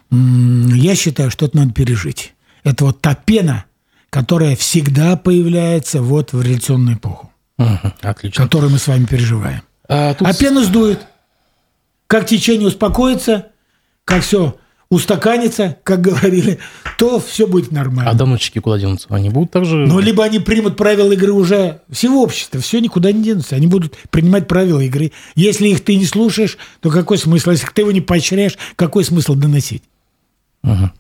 м- я считаю, что это надо пережить. Это вот та пена, которая всегда появляется вот в революционную эпоху. Угу, отлично. Которую мы с вами переживаем. А, тут... а пена сдует. Как течение успокоится, как все устаканится, как говорили, то все будет нормально. А доносчики куда денутся? Они будут также... Ну, либо они примут правила игры уже всего общества, все никуда не денутся. Они будут принимать правила игры. Если их ты не слушаешь, то какой смысл? Если ты его не поощряешь, какой смысл доносить? Угу.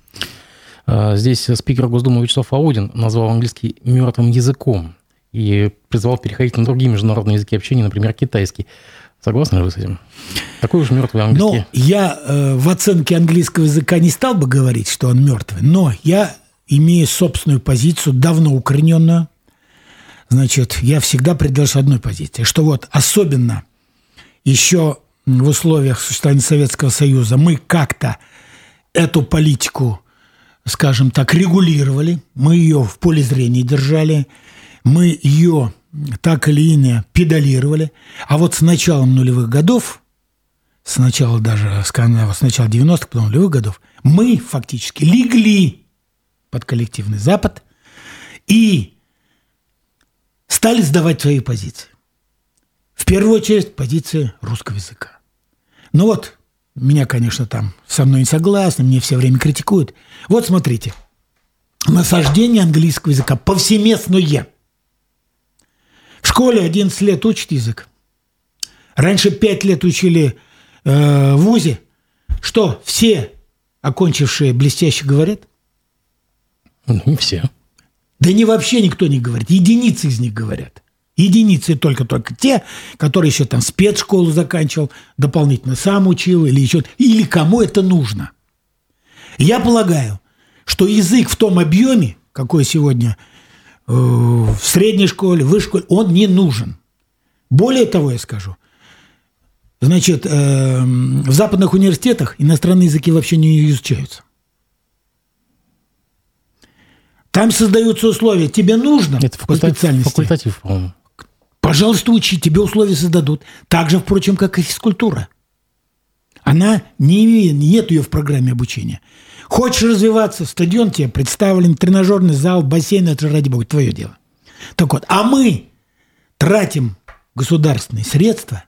Здесь спикер Госдумы Вячеслав Володин назвал английский мертвым языком и призвал переходить на другие международные языки общения, например, китайский. Согласны ли вы с этим? Такой уж мертвый английский. Ну, я э, в оценке английского языка не стал бы говорить, что он мертвый, но я имею собственную позицию, давно укорененную. Значит, я всегда придерживаюсь одной позиции, что вот особенно еще в условиях существования Советского Союза мы как-то эту политику, скажем так, регулировали, мы ее в поле зрения держали, мы ее так или иначе педалировали. А вот с началом нулевых годов, с начала даже, с начала девяностых, потом нулевых годов, мы фактически легли под коллективный Запад и стали сдавать свои позиции. В первую очередь позиции русского языка. Ну вот, меня, конечно, там со мной не согласны, мне все время критикуют. Вот смотрите, насаждение английского языка повсеместное. В школе одиннадцать лет учат язык. Раньше пять лет учили э, в вузе. Что, все окончившие блестяще говорят? Ну, не все. Да не вообще никто не говорит. Единицы из них говорят. Единицы только-только те, которые еще там спецшколу заканчивал, дополнительно сам учил или еще... Или кому это нужно. Я полагаю, что язык в том объеме, какой сегодня э, в средней школе, в высшей школе, он не нужен. Более того, я скажу, значит, э, в западных университетах иностранные языки вообще не изучаются. Там создаются условия. Тебе нужно это по специальности. Факультатив, по-моему. Пожалуйста, учи, тебе условия создадут. Так же, впрочем, как и физкультура. Она не имеет, нет ее в программе обучения. Хочешь развиваться, стадион тебе представлен, тренажерный зал, бассейн, это же, ради бога, твое дело. Так вот, а мы тратим государственные средства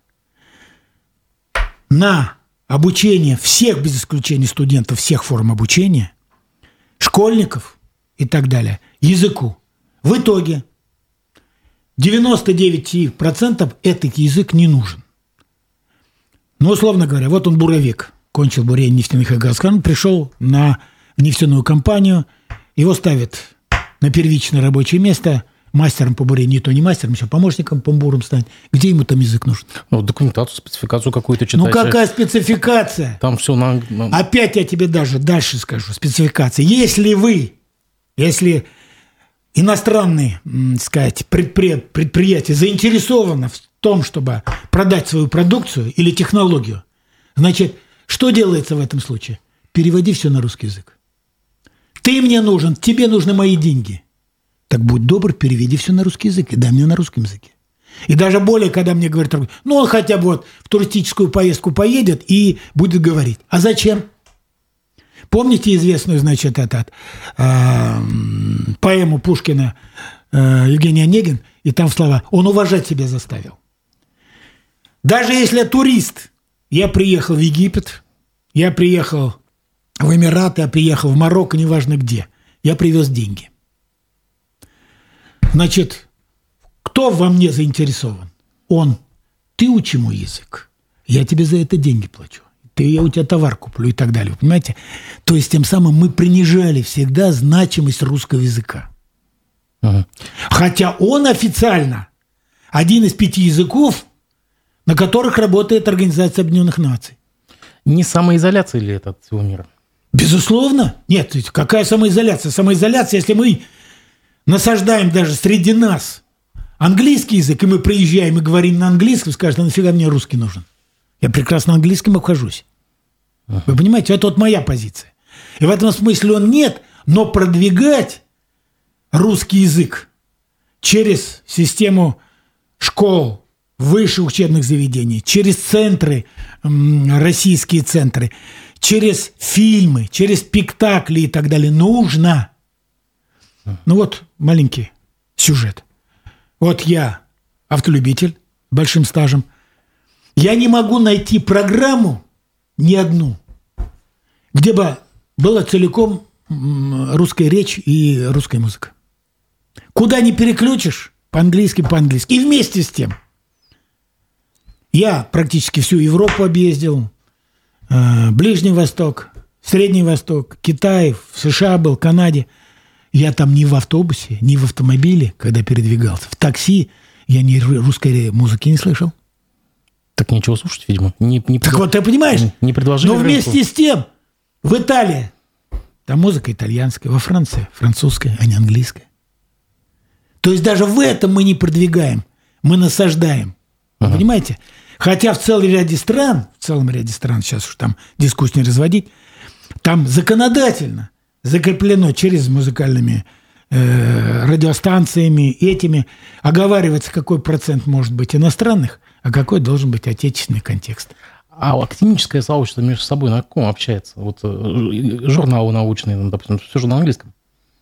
на обучение всех, без исключения студентов, всех форм обучения, школьников и так далее, языку. В итоге девяносто девять процентов этот язык не нужен. Ну, условно говоря, вот он буровик, кончил бурение нефтяных и газкранов, пришел на нефтяную компанию, его ставят на первичное рабочее место, мастером по бурению, не то не мастером, еще помощником по бурам станет. Где ему там язык нужен? Ну, документацию, спецификацию какую-то читать. Ну, какая спецификация? Там все на... Опять я тебе даже дальше скажу. Спецификация. Если вы, если иностранные, так сказать, предпри... предприятия заинтересованы в том, чтобы продать свою продукцию или технологию, значит, что делается в этом случае? Переводи все на русский язык. Ты мне нужен, тебе нужны мои деньги. Так будь добр, переведи все на русский язык и дай мне на русском языке. И даже более, когда мне говорят, ну, он хотя бы вот в туристическую поездку поедет и будет говорить. А зачем? Помните известную, значит, этот, э, поэму Пушкина э, Евгений Онегин, и там слова «Он уважать себя заставил». Даже если я турист, я приехал в Египет, я приехал в Эмираты, я приехал в Марокко, неважно где, я привез деньги. Значит, кто во мне заинтересован? Он. Ты учи мой язык. Я тебе за это деньги плачу. Ты, я у тебя товар куплю и так далее. Понимаете? То есть, тем самым мы принижали всегда значимость русского языка. Ага. Хотя он официально один из пяти языков, на которых работает Организация Объединенных Наций. Не самоизоляция ли это от всего мира? Безусловно. Нет, какая самоизоляция? Самоизоляция, если мы насаждаем даже среди нас английский язык, и мы приезжаем и говорим на английском, скажут, а нафига мне русский нужен? Я прекрасно английским обхожусь. Uh-huh. Вы понимаете, это вот моя позиция. И в этом смысле он нет, но продвигать русский язык через систему школ, высших учебных заведений, через центры, российские центры, через фильмы, через спектакли и так далее нужно. Uh-huh. Ну вот маленький сюжет. Вот я автолюбитель с большим стажем. Я не могу найти программу, ни одну, где бы была целиком русская речь и русская музыка. Куда ни переключишь, по-английски, по-английски. И вместе с тем я практически всю Европу объездил, Ближний Восток, Средний Восток, Китай, в США был, Канаде. Я там ни в автобусе, ни в автомобиле, когда передвигался, в такси, я ни русской музыки не слышал. Так нечего слушать, видимо. Не, не так пред... вот ты понимаешь? Не, не предложили. Но вместе рынку. С тем, в Италии там музыка итальянская, во Франции французская, а не английская. То есть даже в этом мы не продвигаем, мы насаждаем. Ага. Понимаете? Хотя в целом ряде стран, в целом ряде стран, сейчас уж там дискуссию не разводить, там законодательно закреплено через музыкальными э, радиостанциями, этими, оговаривается, какой процент может быть иностранных, а какой должен быть отечественный контекст. А академическое сообщество между собой на каком общается? Вот э, журналы научные, допустим, все же на английском.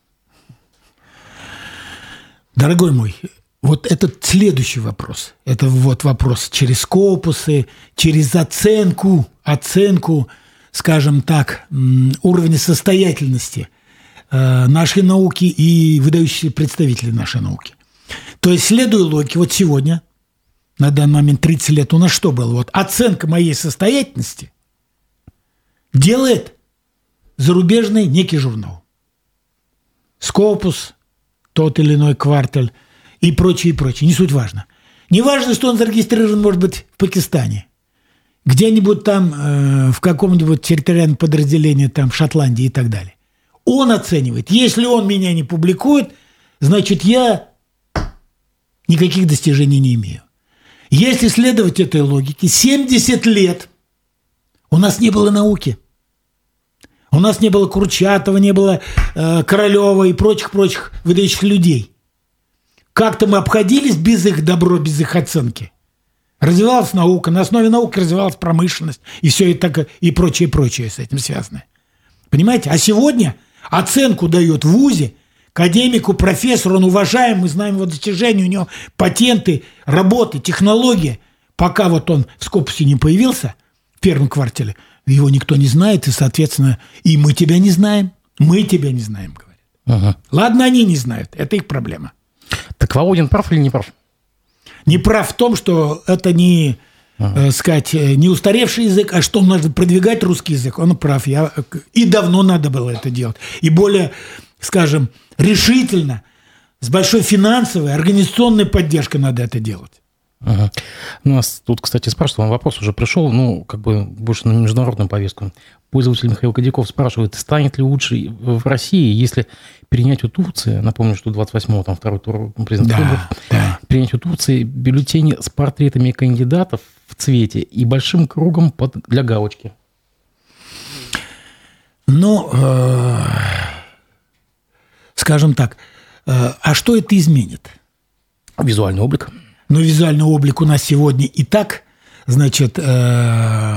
Дорогой мой, вот этот следующий вопрос. Это вот вопрос через скопусы, через оценку, оценку, скажем так, уровня состоятельности нашей науки и выдающихся представителей нашей науки. То есть, следуя логике, вот сегодня, на данный момент тридцать лет, у нас что было? Вот оценка моей состоятельности делает зарубежный некий журнал. Скопус, тот или иной кварталь и прочее, и прочее. Не суть важно. Не важно, что он зарегистрирован, может быть, в Пакистане, где-нибудь там, э, в каком-нибудь территориальном подразделении, там, в Шотландии и так далее. Он оценивает. Если он меня не публикует, значит, я никаких достижений не имею. Если следовать этой логике, семьдесят лет у нас не было науки. У нас не было Курчатова, не было э, Королева и прочих-прочих выдающих людей. Как-то мы обходились без их добро, без их оценки. Развивалась наука, на основе науки развивалась промышленность и все и, так, и прочее, прочее с этим связанное. Понимаете? А сегодня оценку дает в вузе академику, профессору, он уважаем, мы знаем его достижения, у него патенты, работы, технологии. Пока вот он в Скопусе не появился, в первом квартале, его никто не знает, и, соответственно, и мы тебя не знаем, мы тебя не знаем, говорят. Ага. Ладно, они не знают, это их проблема. Так Володин прав или не прав? Не прав в том, что это не, ага. э, сказать, не устаревший язык, а что надо продвигать русский язык. Он прав. Я, и давно надо было это делать. И более, скажем, решительно, с большой финансовой, организационной поддержкой надо это делать. Ага. У нас тут, кстати, спрашивают, вопрос уже пришел, ну, как бы больше на международную повестку. Пользователь Михаил Кадяков спрашивает, станет ли лучше в России, если принять у Турции, напомню, что двадцать восьмого, там, второй тур президентских да, выборов, да. принять у Турции бюллетени с портретами кандидатов в цвете и большим кругом под, для галочки? Ну, э, скажем так, А что это изменит? Визуальный облик. Но визуальный облик у нас сегодня и так, значит, э,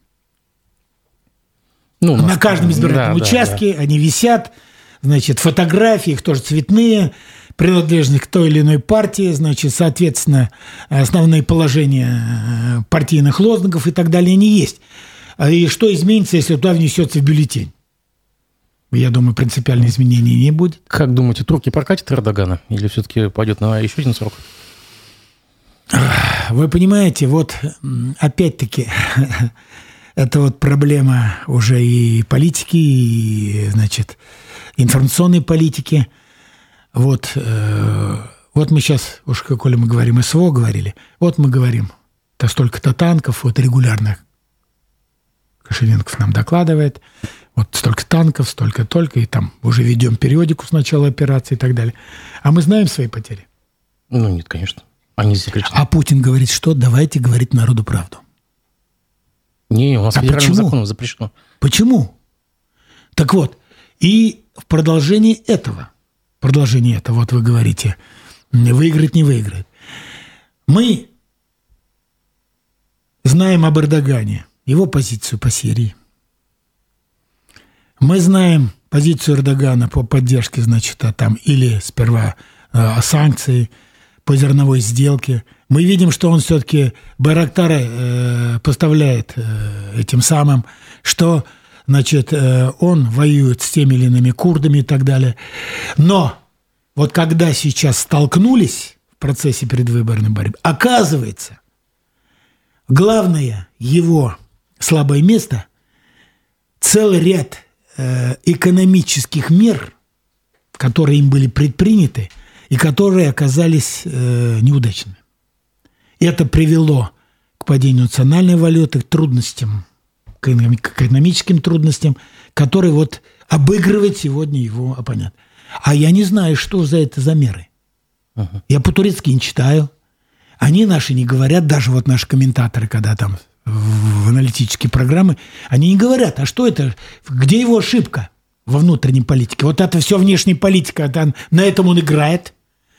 ну, на каждом избирательном да, участке да, да. они висят, значит, фотографии, их тоже цветные, принадлежность к той или иной партии, значит, соответственно, основные положения партийных лозунгов и так далее, они есть. И что изменится, если туда внесется в бюллетень? Я думаю, принципиальных изменений не будет. Как думаете, турки прокатят Эрдогана? Или все-таки пойдет на еще один срок? Вы понимаете, вот опять-таки это вот проблема уже и политики, и, значит, информационной политики. Вот, э, вот мы сейчас, уж коли мы говорим СВО, говорили, вот мы говорим, то столько-то танков, вот регулярно Кошеленков нам докладывает, вот столько танков, столько-только, и там уже ведем периодику с начала операции и так далее. А мы знаем свои потери? Ну, нет, конечно. Они засекречены. А Путин говорит, что давайте говорить народу правду. Не, у нас а федеральным почему? законом запрещено. Почему? Так вот, и в продолжении этого, в продолжении этого, вот вы говорите, выиграет, не выиграет. Мы знаем об Эрдогане, его позицию по Сирии. Мы знаем позицию Эрдогана по поддержке, значит, а там или сперва э, санкции по зерновой сделке. Мы видим, что он все-таки байрактары э, поставляет э, этим самым, что, значит, э, он воюет с теми или иными курдами и так далее. Но вот когда сейчас столкнулись в процессе предвыборной борьбы, оказывается, главное его слабое место – целый ряд э, экономических мер, которые им были предприняты и которые оказались э, неудачными. Это привело к падению национальной валюты, к трудностям, к экономическим трудностям, которые вот обыгрывает сегодня его оппонент. А я не знаю, что за это за меры. Uh-huh. Я по-турецки не читаю. Они наши не говорят, даже вот наши комментаторы, когда там в аналитические программы, они не говорят, а что это, где его ошибка во внутренней политике. Вот это все внешняя политика, это, на этом он играет,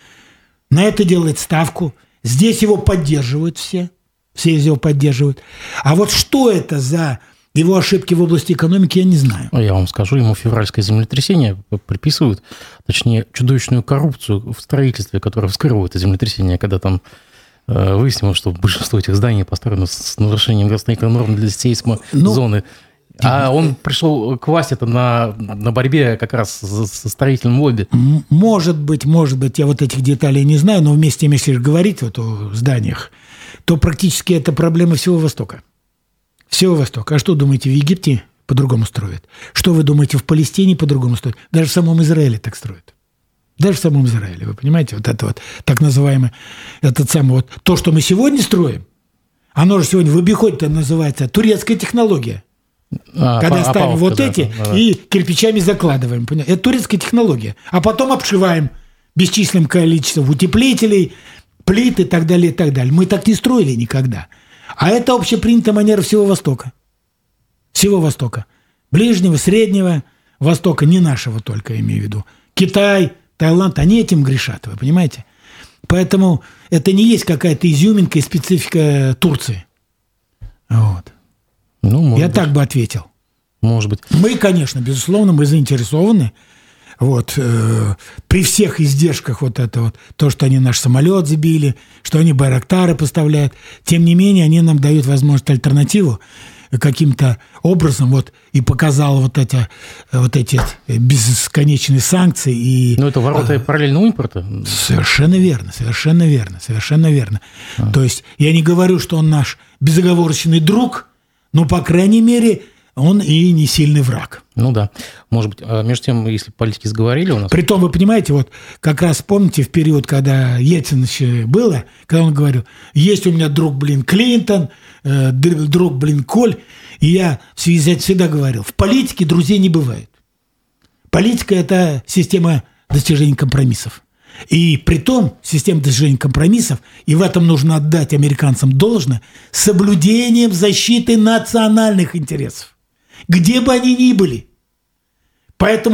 на это делает ставку. Здесь его поддерживают все, все его поддерживают. А вот что это за его ошибки в области экономики, я не знаю. Я вам скажу, ему февральское землетрясение приписывают, точнее, чудовищную коррупцию в строительстве, которая вскрыла это землетрясение, когда там выяснилось, что большинство этих зданий построено с нарушением государственных норм для сейсмозоны. Ну, а он пришел к власти это на, на борьбе как раз со строительным лобби. Может быть, может быть, я вот этих деталей не знаю, но вместе, если говорить вот о зданиях, то практически это проблема всего Востока. Всего Востока. А что думаете, в Египте по-другому строят? Что вы думаете, в Палестине по-другому строят? Даже в самом Израиле так строят. Даже в самом Израиле, вы понимаете, вот это вот так называемое, этот самый вот, то, что мы сегодня строим, оно же сегодня в обиходе называется турецкая технология. А, когда ставим опаловка, вот эти да, да. и кирпичами закладываем. Понимаете? Это турецкая технология. А потом обшиваем бесчисленным количеством утеплителей, плит и так далее, и так далее. Мы так не строили никогда. А это общепринятая манера всего Востока. Всего Востока. Ближнего, Среднего Востока, не нашего только, я имею в виду. Китай, Таиланд, они этим грешат, вы понимаете? Поэтому это не есть какая-то изюминка и специфика Турции. Вот. Ну, я быть. так бы ответил. Может быть. Мы, конечно, безусловно, мы заинтересованы. Вот, э, при всех издержках вот это вот, то, что они наш самолет сбили, что они байрактары поставляют, тем не менее, они нам дают возможность альтернативу каким-то образом, вот, и показал вот эти, вот эти бесконечные санкции. И, ну, это ворота а, параллельного импорта? Совершенно верно, совершенно верно, совершенно верно. А. То есть, я не говорю, что он наш безоговорочный друг, но, по крайней мере, он и не сильный враг. Ну да, может быть. А между тем, если политики сговорили у нас... Притом, вы понимаете, вот как раз помните в период, когда Ельцин еще было, когда он говорил, есть у меня друг, блин, Клинтон, э, друг, блин, Коль, и я в связи с этим всегда говорил, в политике друзей не бывает. Политика – это система достижения компромиссов. И притом система достижения компромиссов, и в этом нужно отдать американцам должное, с соблюдением защиты национальных интересов. Где бы они ни были. Поэтому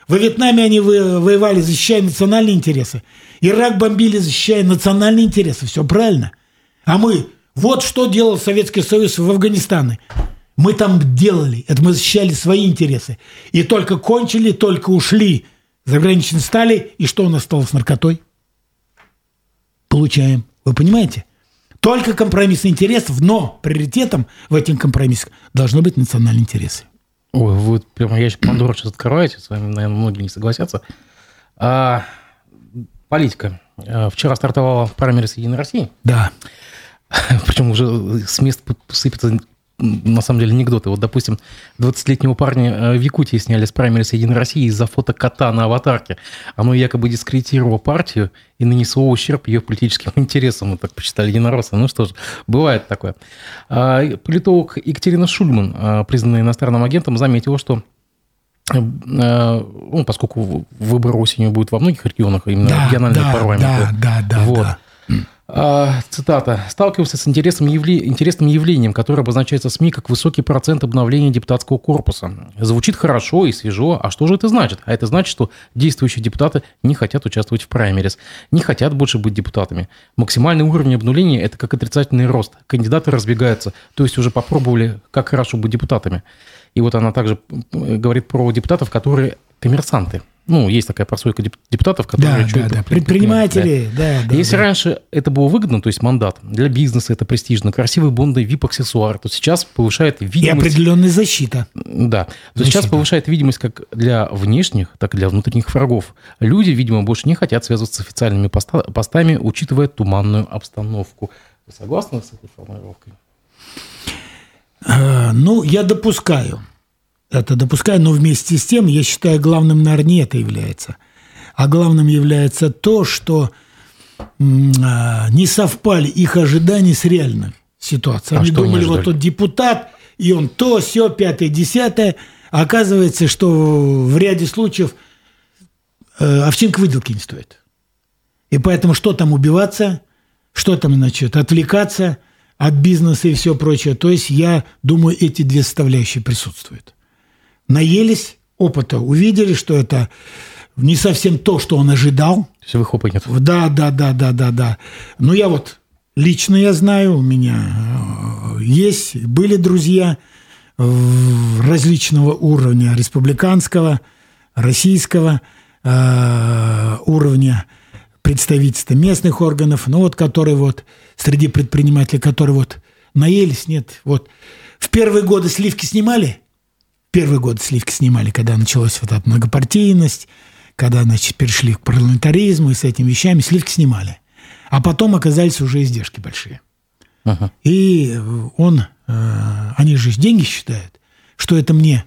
Во Вьетнаме они воевали, защищая национальные интересы. Ирак бомбили, защищая национальные интересы. Все правильно. А мы... Вот что делал Советский Союз в Афганистане. Мы там делали. Это мы защищали свои интересы. И только кончили, только ушли. Заграничные стали. И что у нас стало с наркотой? Получаем. Вы понимаете? Только компромисс интересов, но приоритетом в этих компромиссах должны быть национальные интересы. Ой, вы прямо ящик Пандоры сейчас открываете, с вами, наверное, многие не согласятся. А, политика. Вчера стартовала праймерис «Единой России». Да. Причем уже с мест сыпятся, на самом деле, анекдоты. Вот, допустим, двадцатилетнего парня в Якутии сняли с праймерис «Единой России» из-за фото кота на аватарке. Оно якобы дискредитировало партию и нанесло ущерб ее политическим интересам. Мы так посчитали единороссы. Ну что ж, бывает такое. Политолог Екатерина Шульман, признанная иностранным агентом, заметила, что ну, поскольку выборы осенью будут во многих регионах, именно да, региональные да, парламенты. Да, да, да, вот. да. Цитата. «Сталкивался с интересным, явле... интересным явлением, которое обозначается СМИ как высокий процент обновления депутатского корпуса. Звучит хорошо и свежо. А что же это значит? А это значит, что действующие депутаты не хотят участвовать в праймерис, не хотят больше быть депутатами. Максимальный уровень обнуления – это как отрицательный рост. Кандидаты разбегаются, то есть уже попробовали, как хорошо быть депутатами». И вот она также говорит про депутатов, которые коммерсанты. Ну, есть такая прослойка депутатов, которые... Да, да, да. Предприниматели, да. да, да Если да. раньше это было выгодно, то есть мандат, для бизнеса это престижно, красивые бонды, вип-аксессуары, то сейчас повышает видимость... И определенная защита. Да. То сейчас повышает видимость как для внешних, так и для внутренних врагов. Люди, видимо, больше не хотят связываться с официальными поста- постами, учитывая туманную обстановку. Вы согласны с этой формулировкой? А, ну, я допускаю. Это допускаю, но вместе с тем, я считаю, главным, наверное, не это является. А главным является то, что не совпали их ожидания с реальной ситуацией. Они а думали, они вот тот депутат, и он то, сё, пятое, десятое. А оказывается, что в ряде случаев овчинка выделки не стоит. И поэтому что там убиваться, что там, значит, отвлекаться от бизнеса и все прочее. То есть, я думаю, эти две составляющие присутствуют. Наелись, опыта увидели, что это не совсем то, что он ожидал. То есть, их опыта нет. Да, да, да, да, да, да. Ну, я вот лично я знаю, у меня есть, были друзья различного уровня, республиканского, российского э, уровня, представительства местных органов, ну, вот, которые вот, среди предпринимателей, которые вот наелись, нет, вот. В первые годы сливки снимали, Первый год сливки снимали, когда началась вот эта многопартийность, когда, значит, перешли к парламентаризму и с этими вещами, сливки снимали. А потом оказались уже издержки большие. Ага. И он, э, они же деньги считают, что это мне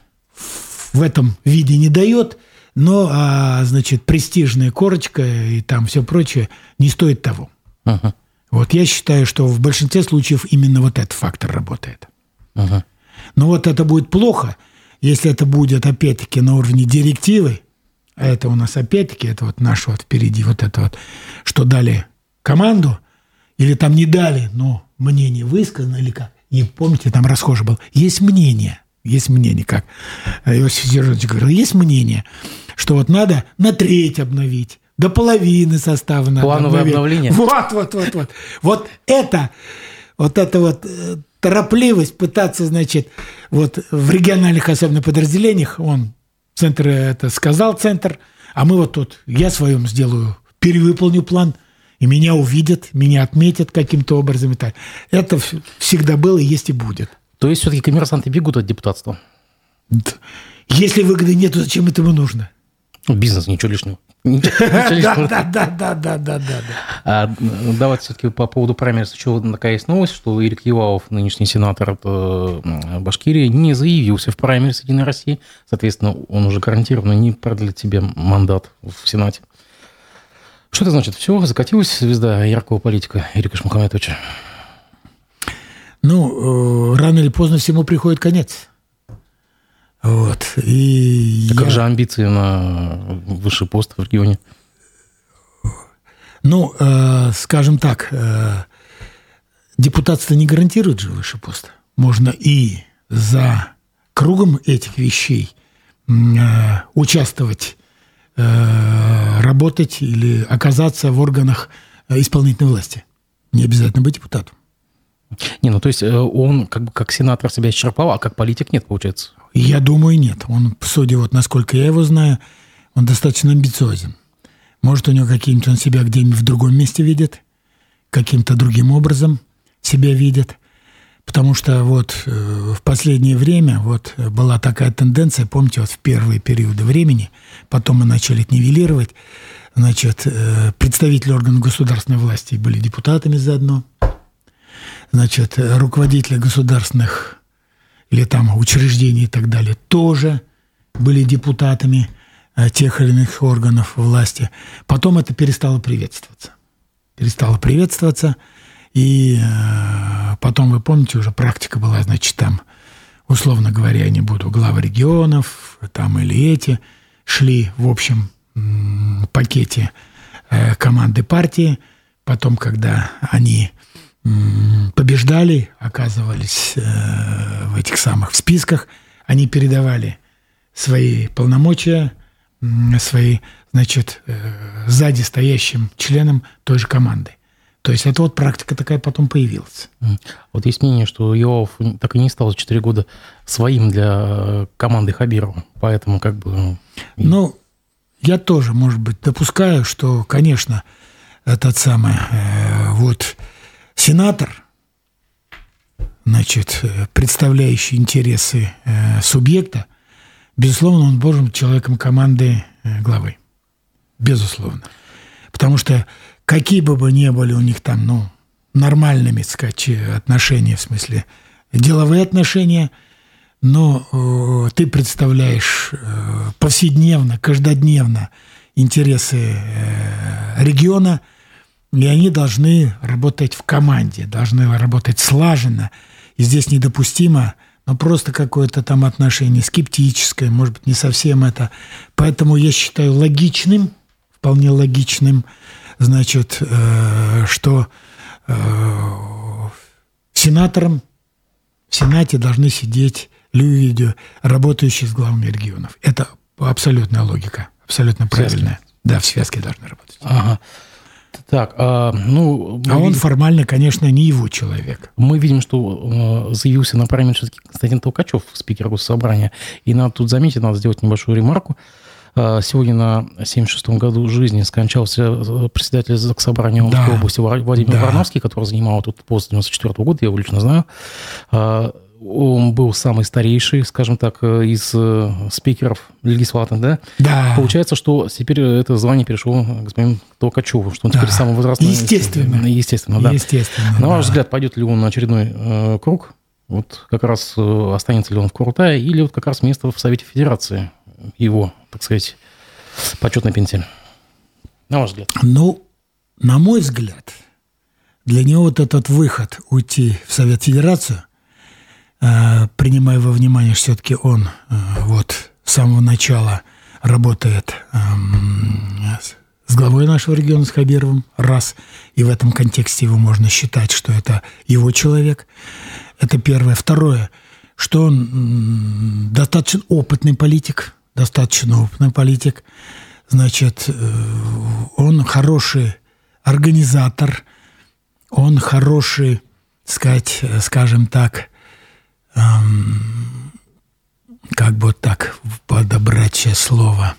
в этом виде не дает, но, а, значит, престижная корочка и там все прочее не стоит того. Ага. Вот я считаю, что в большинстве случаев именно вот этот фактор работает. Ага. Но вот это будет плохо, если это будет, опять-таки, на уровне директивы. А это у нас, опять-таки, это вот наш вот впереди, вот это вот, что дали команду, или там не дали, но мнение высказано, или как. И помните, там расхожий был. Есть мнение, есть мнение, как Иосиф Сергеевич говорил, есть мнение, что вот надо на треть обновить, до половины состава надо Плановое обновить. обновление. Вот, вот, вот, вот. Вот это, вот это вот... торопливость пытаться, значит, вот в региональных особенно подразделениях, он, центр это сказал, центр, а мы вот тут, я своем сделаю, перевыполню план, и меня увидят, меня отметят каким-то образом и так. Это всегда было, есть и будет. То есть, все-таки коммерсанты бегут от депутатства? Если выгоды нет, то зачем это ему нужно? Бизнес, ничего лишнего. Да, да, да, да, да, да, да. Давайте все-таки по поводу праймерис. Еще такая есть новость, что Ирик Евалов, нынешний сенатор от Башкирии, не заявился в праймерис «Единой России». Соответственно, он уже гарантированно не продлит себе мандат в Сенате. Что это значит? Все, закатилась звезда яркого политика Ирика Шмухаметовича? Ну, рано или поздно всему приходит конец. Вот. И а я... как же амбиции на высший пост в регионе? Ну, э, скажем так, э, депутатство не гарантирует же высший пост. Можно и за кругом этих вещей участвовать, работать или оказаться в органах исполнительной власти. Не обязательно быть депутатом. Не, ну то есть он как бы как сенатор себя исчерпал, а как политик нет, получается? Я думаю, нет. Он, судя вот насколько я его знаю, он достаточно амбициозен. Может, у него какие-нибудь он себя где-нибудь в другом месте видит, каким-то другим образом себя видит. Потому что вот в последнее время вот была такая тенденция, помните, вот в первые периоды времени, потом мы начали это нивелировать, значит, представители органов государственной власти были депутатами заодно, значит, руководители государственных или там учреждений и так далее тоже были депутатами тех или иных органов власти. Потом это перестало приветствоваться. Перестало приветствоваться, и потом, вы помните, уже практика была, значит, там, условно говоря, я не буду, главы регионов, там или эти, шли в общем пакете команды партии. Потом, когда они побеждали, оказывались в этих самых в списках, они передавали свои полномочия, свои, значит, сзади стоящим членам той же команды. То есть это вот практика такая потом появилась. Вот есть мнение, что Иоав так и не стал за четыре года своим для команды Хабирова, поэтому как бы... Ну, я тоже, может быть, допускаю, что, конечно, этот самый э, вот сенатор, значит, представляющий интересы э, субъекта, безусловно, он должен быть человеком команды э, главы. Безусловно. Потому что какие бы бы ни были у них там, ну, нормальными, так сказать, отношения, в смысле, деловые отношения, но э, ты представляешь э, повседневно, каждодневно интересы э, региона, и они должны работать в команде, должны работать слаженно. И здесь недопустимо, ну, просто какое-то там отношение скептическое, может быть, не совсем это. Поэтому я считаю логичным, вполне логичным, значит, э, что э, сенаторам в Сенате должны сидеть люди, работающие с главами регионов. Это абсолютная логика, абсолютно правильная. Да, в связке должны работать. Ага. Так, а, ну... А он видим, формально, конечно, не его человек. Мы видим, что э, заявился на правильный Константин Толкачев, спикер Госсобрания. И надо тут заметить, надо сделать небольшую ремарку. Э, сегодня на семьдесят шестом году жизни скончался председатель Заксобрания Омской да. области Владимир да. Варнавский, который занимал этот пост с девяносто четвёртого года, я его лично знаю. Э, Он был самый старейший, скажем так, из спикеров легислатных, да? Да. Получается, что теперь это звание перешло к господину Толкачеву, что он да. теперь самый возрастной. Естественно. Естественно, да. Естественно, на ваш да. взгляд, пойдет ли он на очередной э, круг? Вот как раз э, останется ли он в Курултае, или вот как раз место в Совете Федерации его, так сказать, почетной пенсии? На ваш взгляд. Ну, на мой взгляд, для него вот этот выход уйти в Совет Федерации, принимая во внимание, что все-таки он вот с самого начала работает с главой нашего региона, с Хабировым, раз, и в этом контексте его можно считать, что это его человек. Это первое. Второе, что он достаточно опытный политик, достаточно опытный политик, значит, он хороший организатор, он хороший, сказать, скажем так, как бы так подобрать сейчас слово.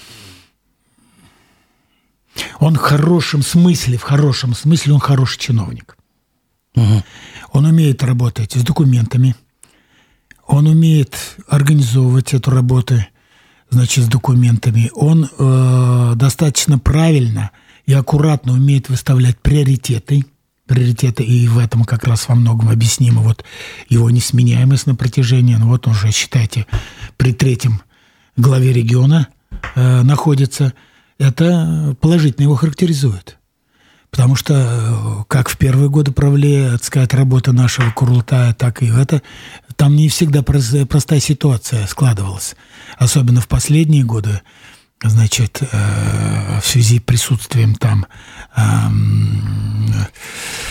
Он в хорошем смысле, в хорошем смысле он хороший чиновник. Угу. Он умеет работать с документами, он умеет организовывать эту работу, значит, с документами. Он э, достаточно правильно и аккуратно умеет выставлять приоритеты. приоритеты, и в этом как раз во многом объяснимо вот его несменяемость на протяжении, ну вот он же, считайте, при третьем главе региона э, находится, это положительно его характеризует. Потому что э, как в первые годы правления, так сказать, работы нашего Курултая, так и это, там не всегда простая, простая ситуация складывалась. Особенно в последние годы, значит, э, в связи с присутствием там э,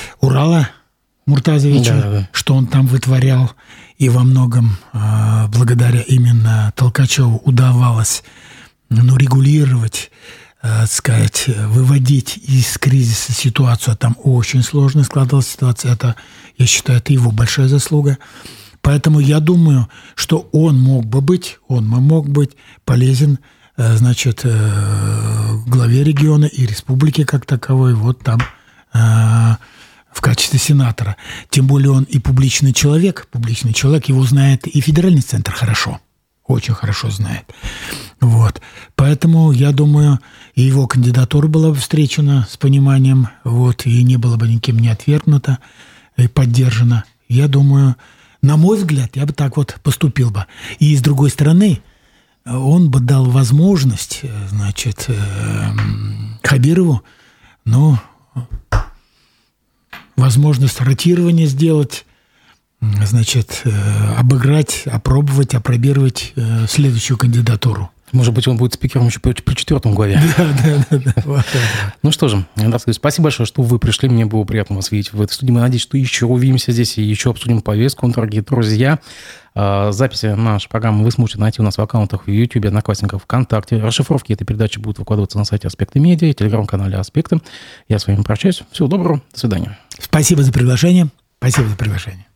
Урала Муртазовича, да, да. что он там вытворял, и во многом э, благодаря благодаря именно Толкачеву удавалось ну, регулировать, э, сказать, выводить из кризиса ситуацию. Там очень сложно складывалась ситуация. Это, я считаю, это его большая заслуга. Поэтому я думаю, что он мог бы быть, он мог быть полезен, э, значит, э, главе региона и республики как таковой, вот там, э, в качестве сенатора. Тем более он и публичный человек. Публичный человек, его знает и федеральный центр хорошо. Очень хорошо знает. Вот. Поэтому, я думаю, и его кандидатура была бы встречена с пониманием, вот, и не было бы никем не отвергнута и поддержана. Я думаю, на мой взгляд, я бы так вот поступил бы. И с другой стороны, он бы дал возможность, значит, Хабирову, ну, возможность ротирования сделать, значит, обыграть, опробовать, опробировать следующую кандидатуру. Может быть, он будет спикером еще при, при четвертом главе. Да, да, да. да. Вот ну что же, спасибо большое, что вы пришли. Мне было приятно вас видеть в этой студии. Мы надеемся, что еще увидимся здесь и еще обсудим повестку. Дорогие друзья, записи нашей программы вы сможете найти у нас в аккаунтах в YouTube, Одноклассниках, ВКонтакте. Расшифровки этой передачи будут выкладываться на сайте «Аспекты медиа» и телеграм-канале «Аспекты». Я с вами прощаюсь. Всего доброго. До свидания. Спасибо за приглашение. Спасибо за приглашение.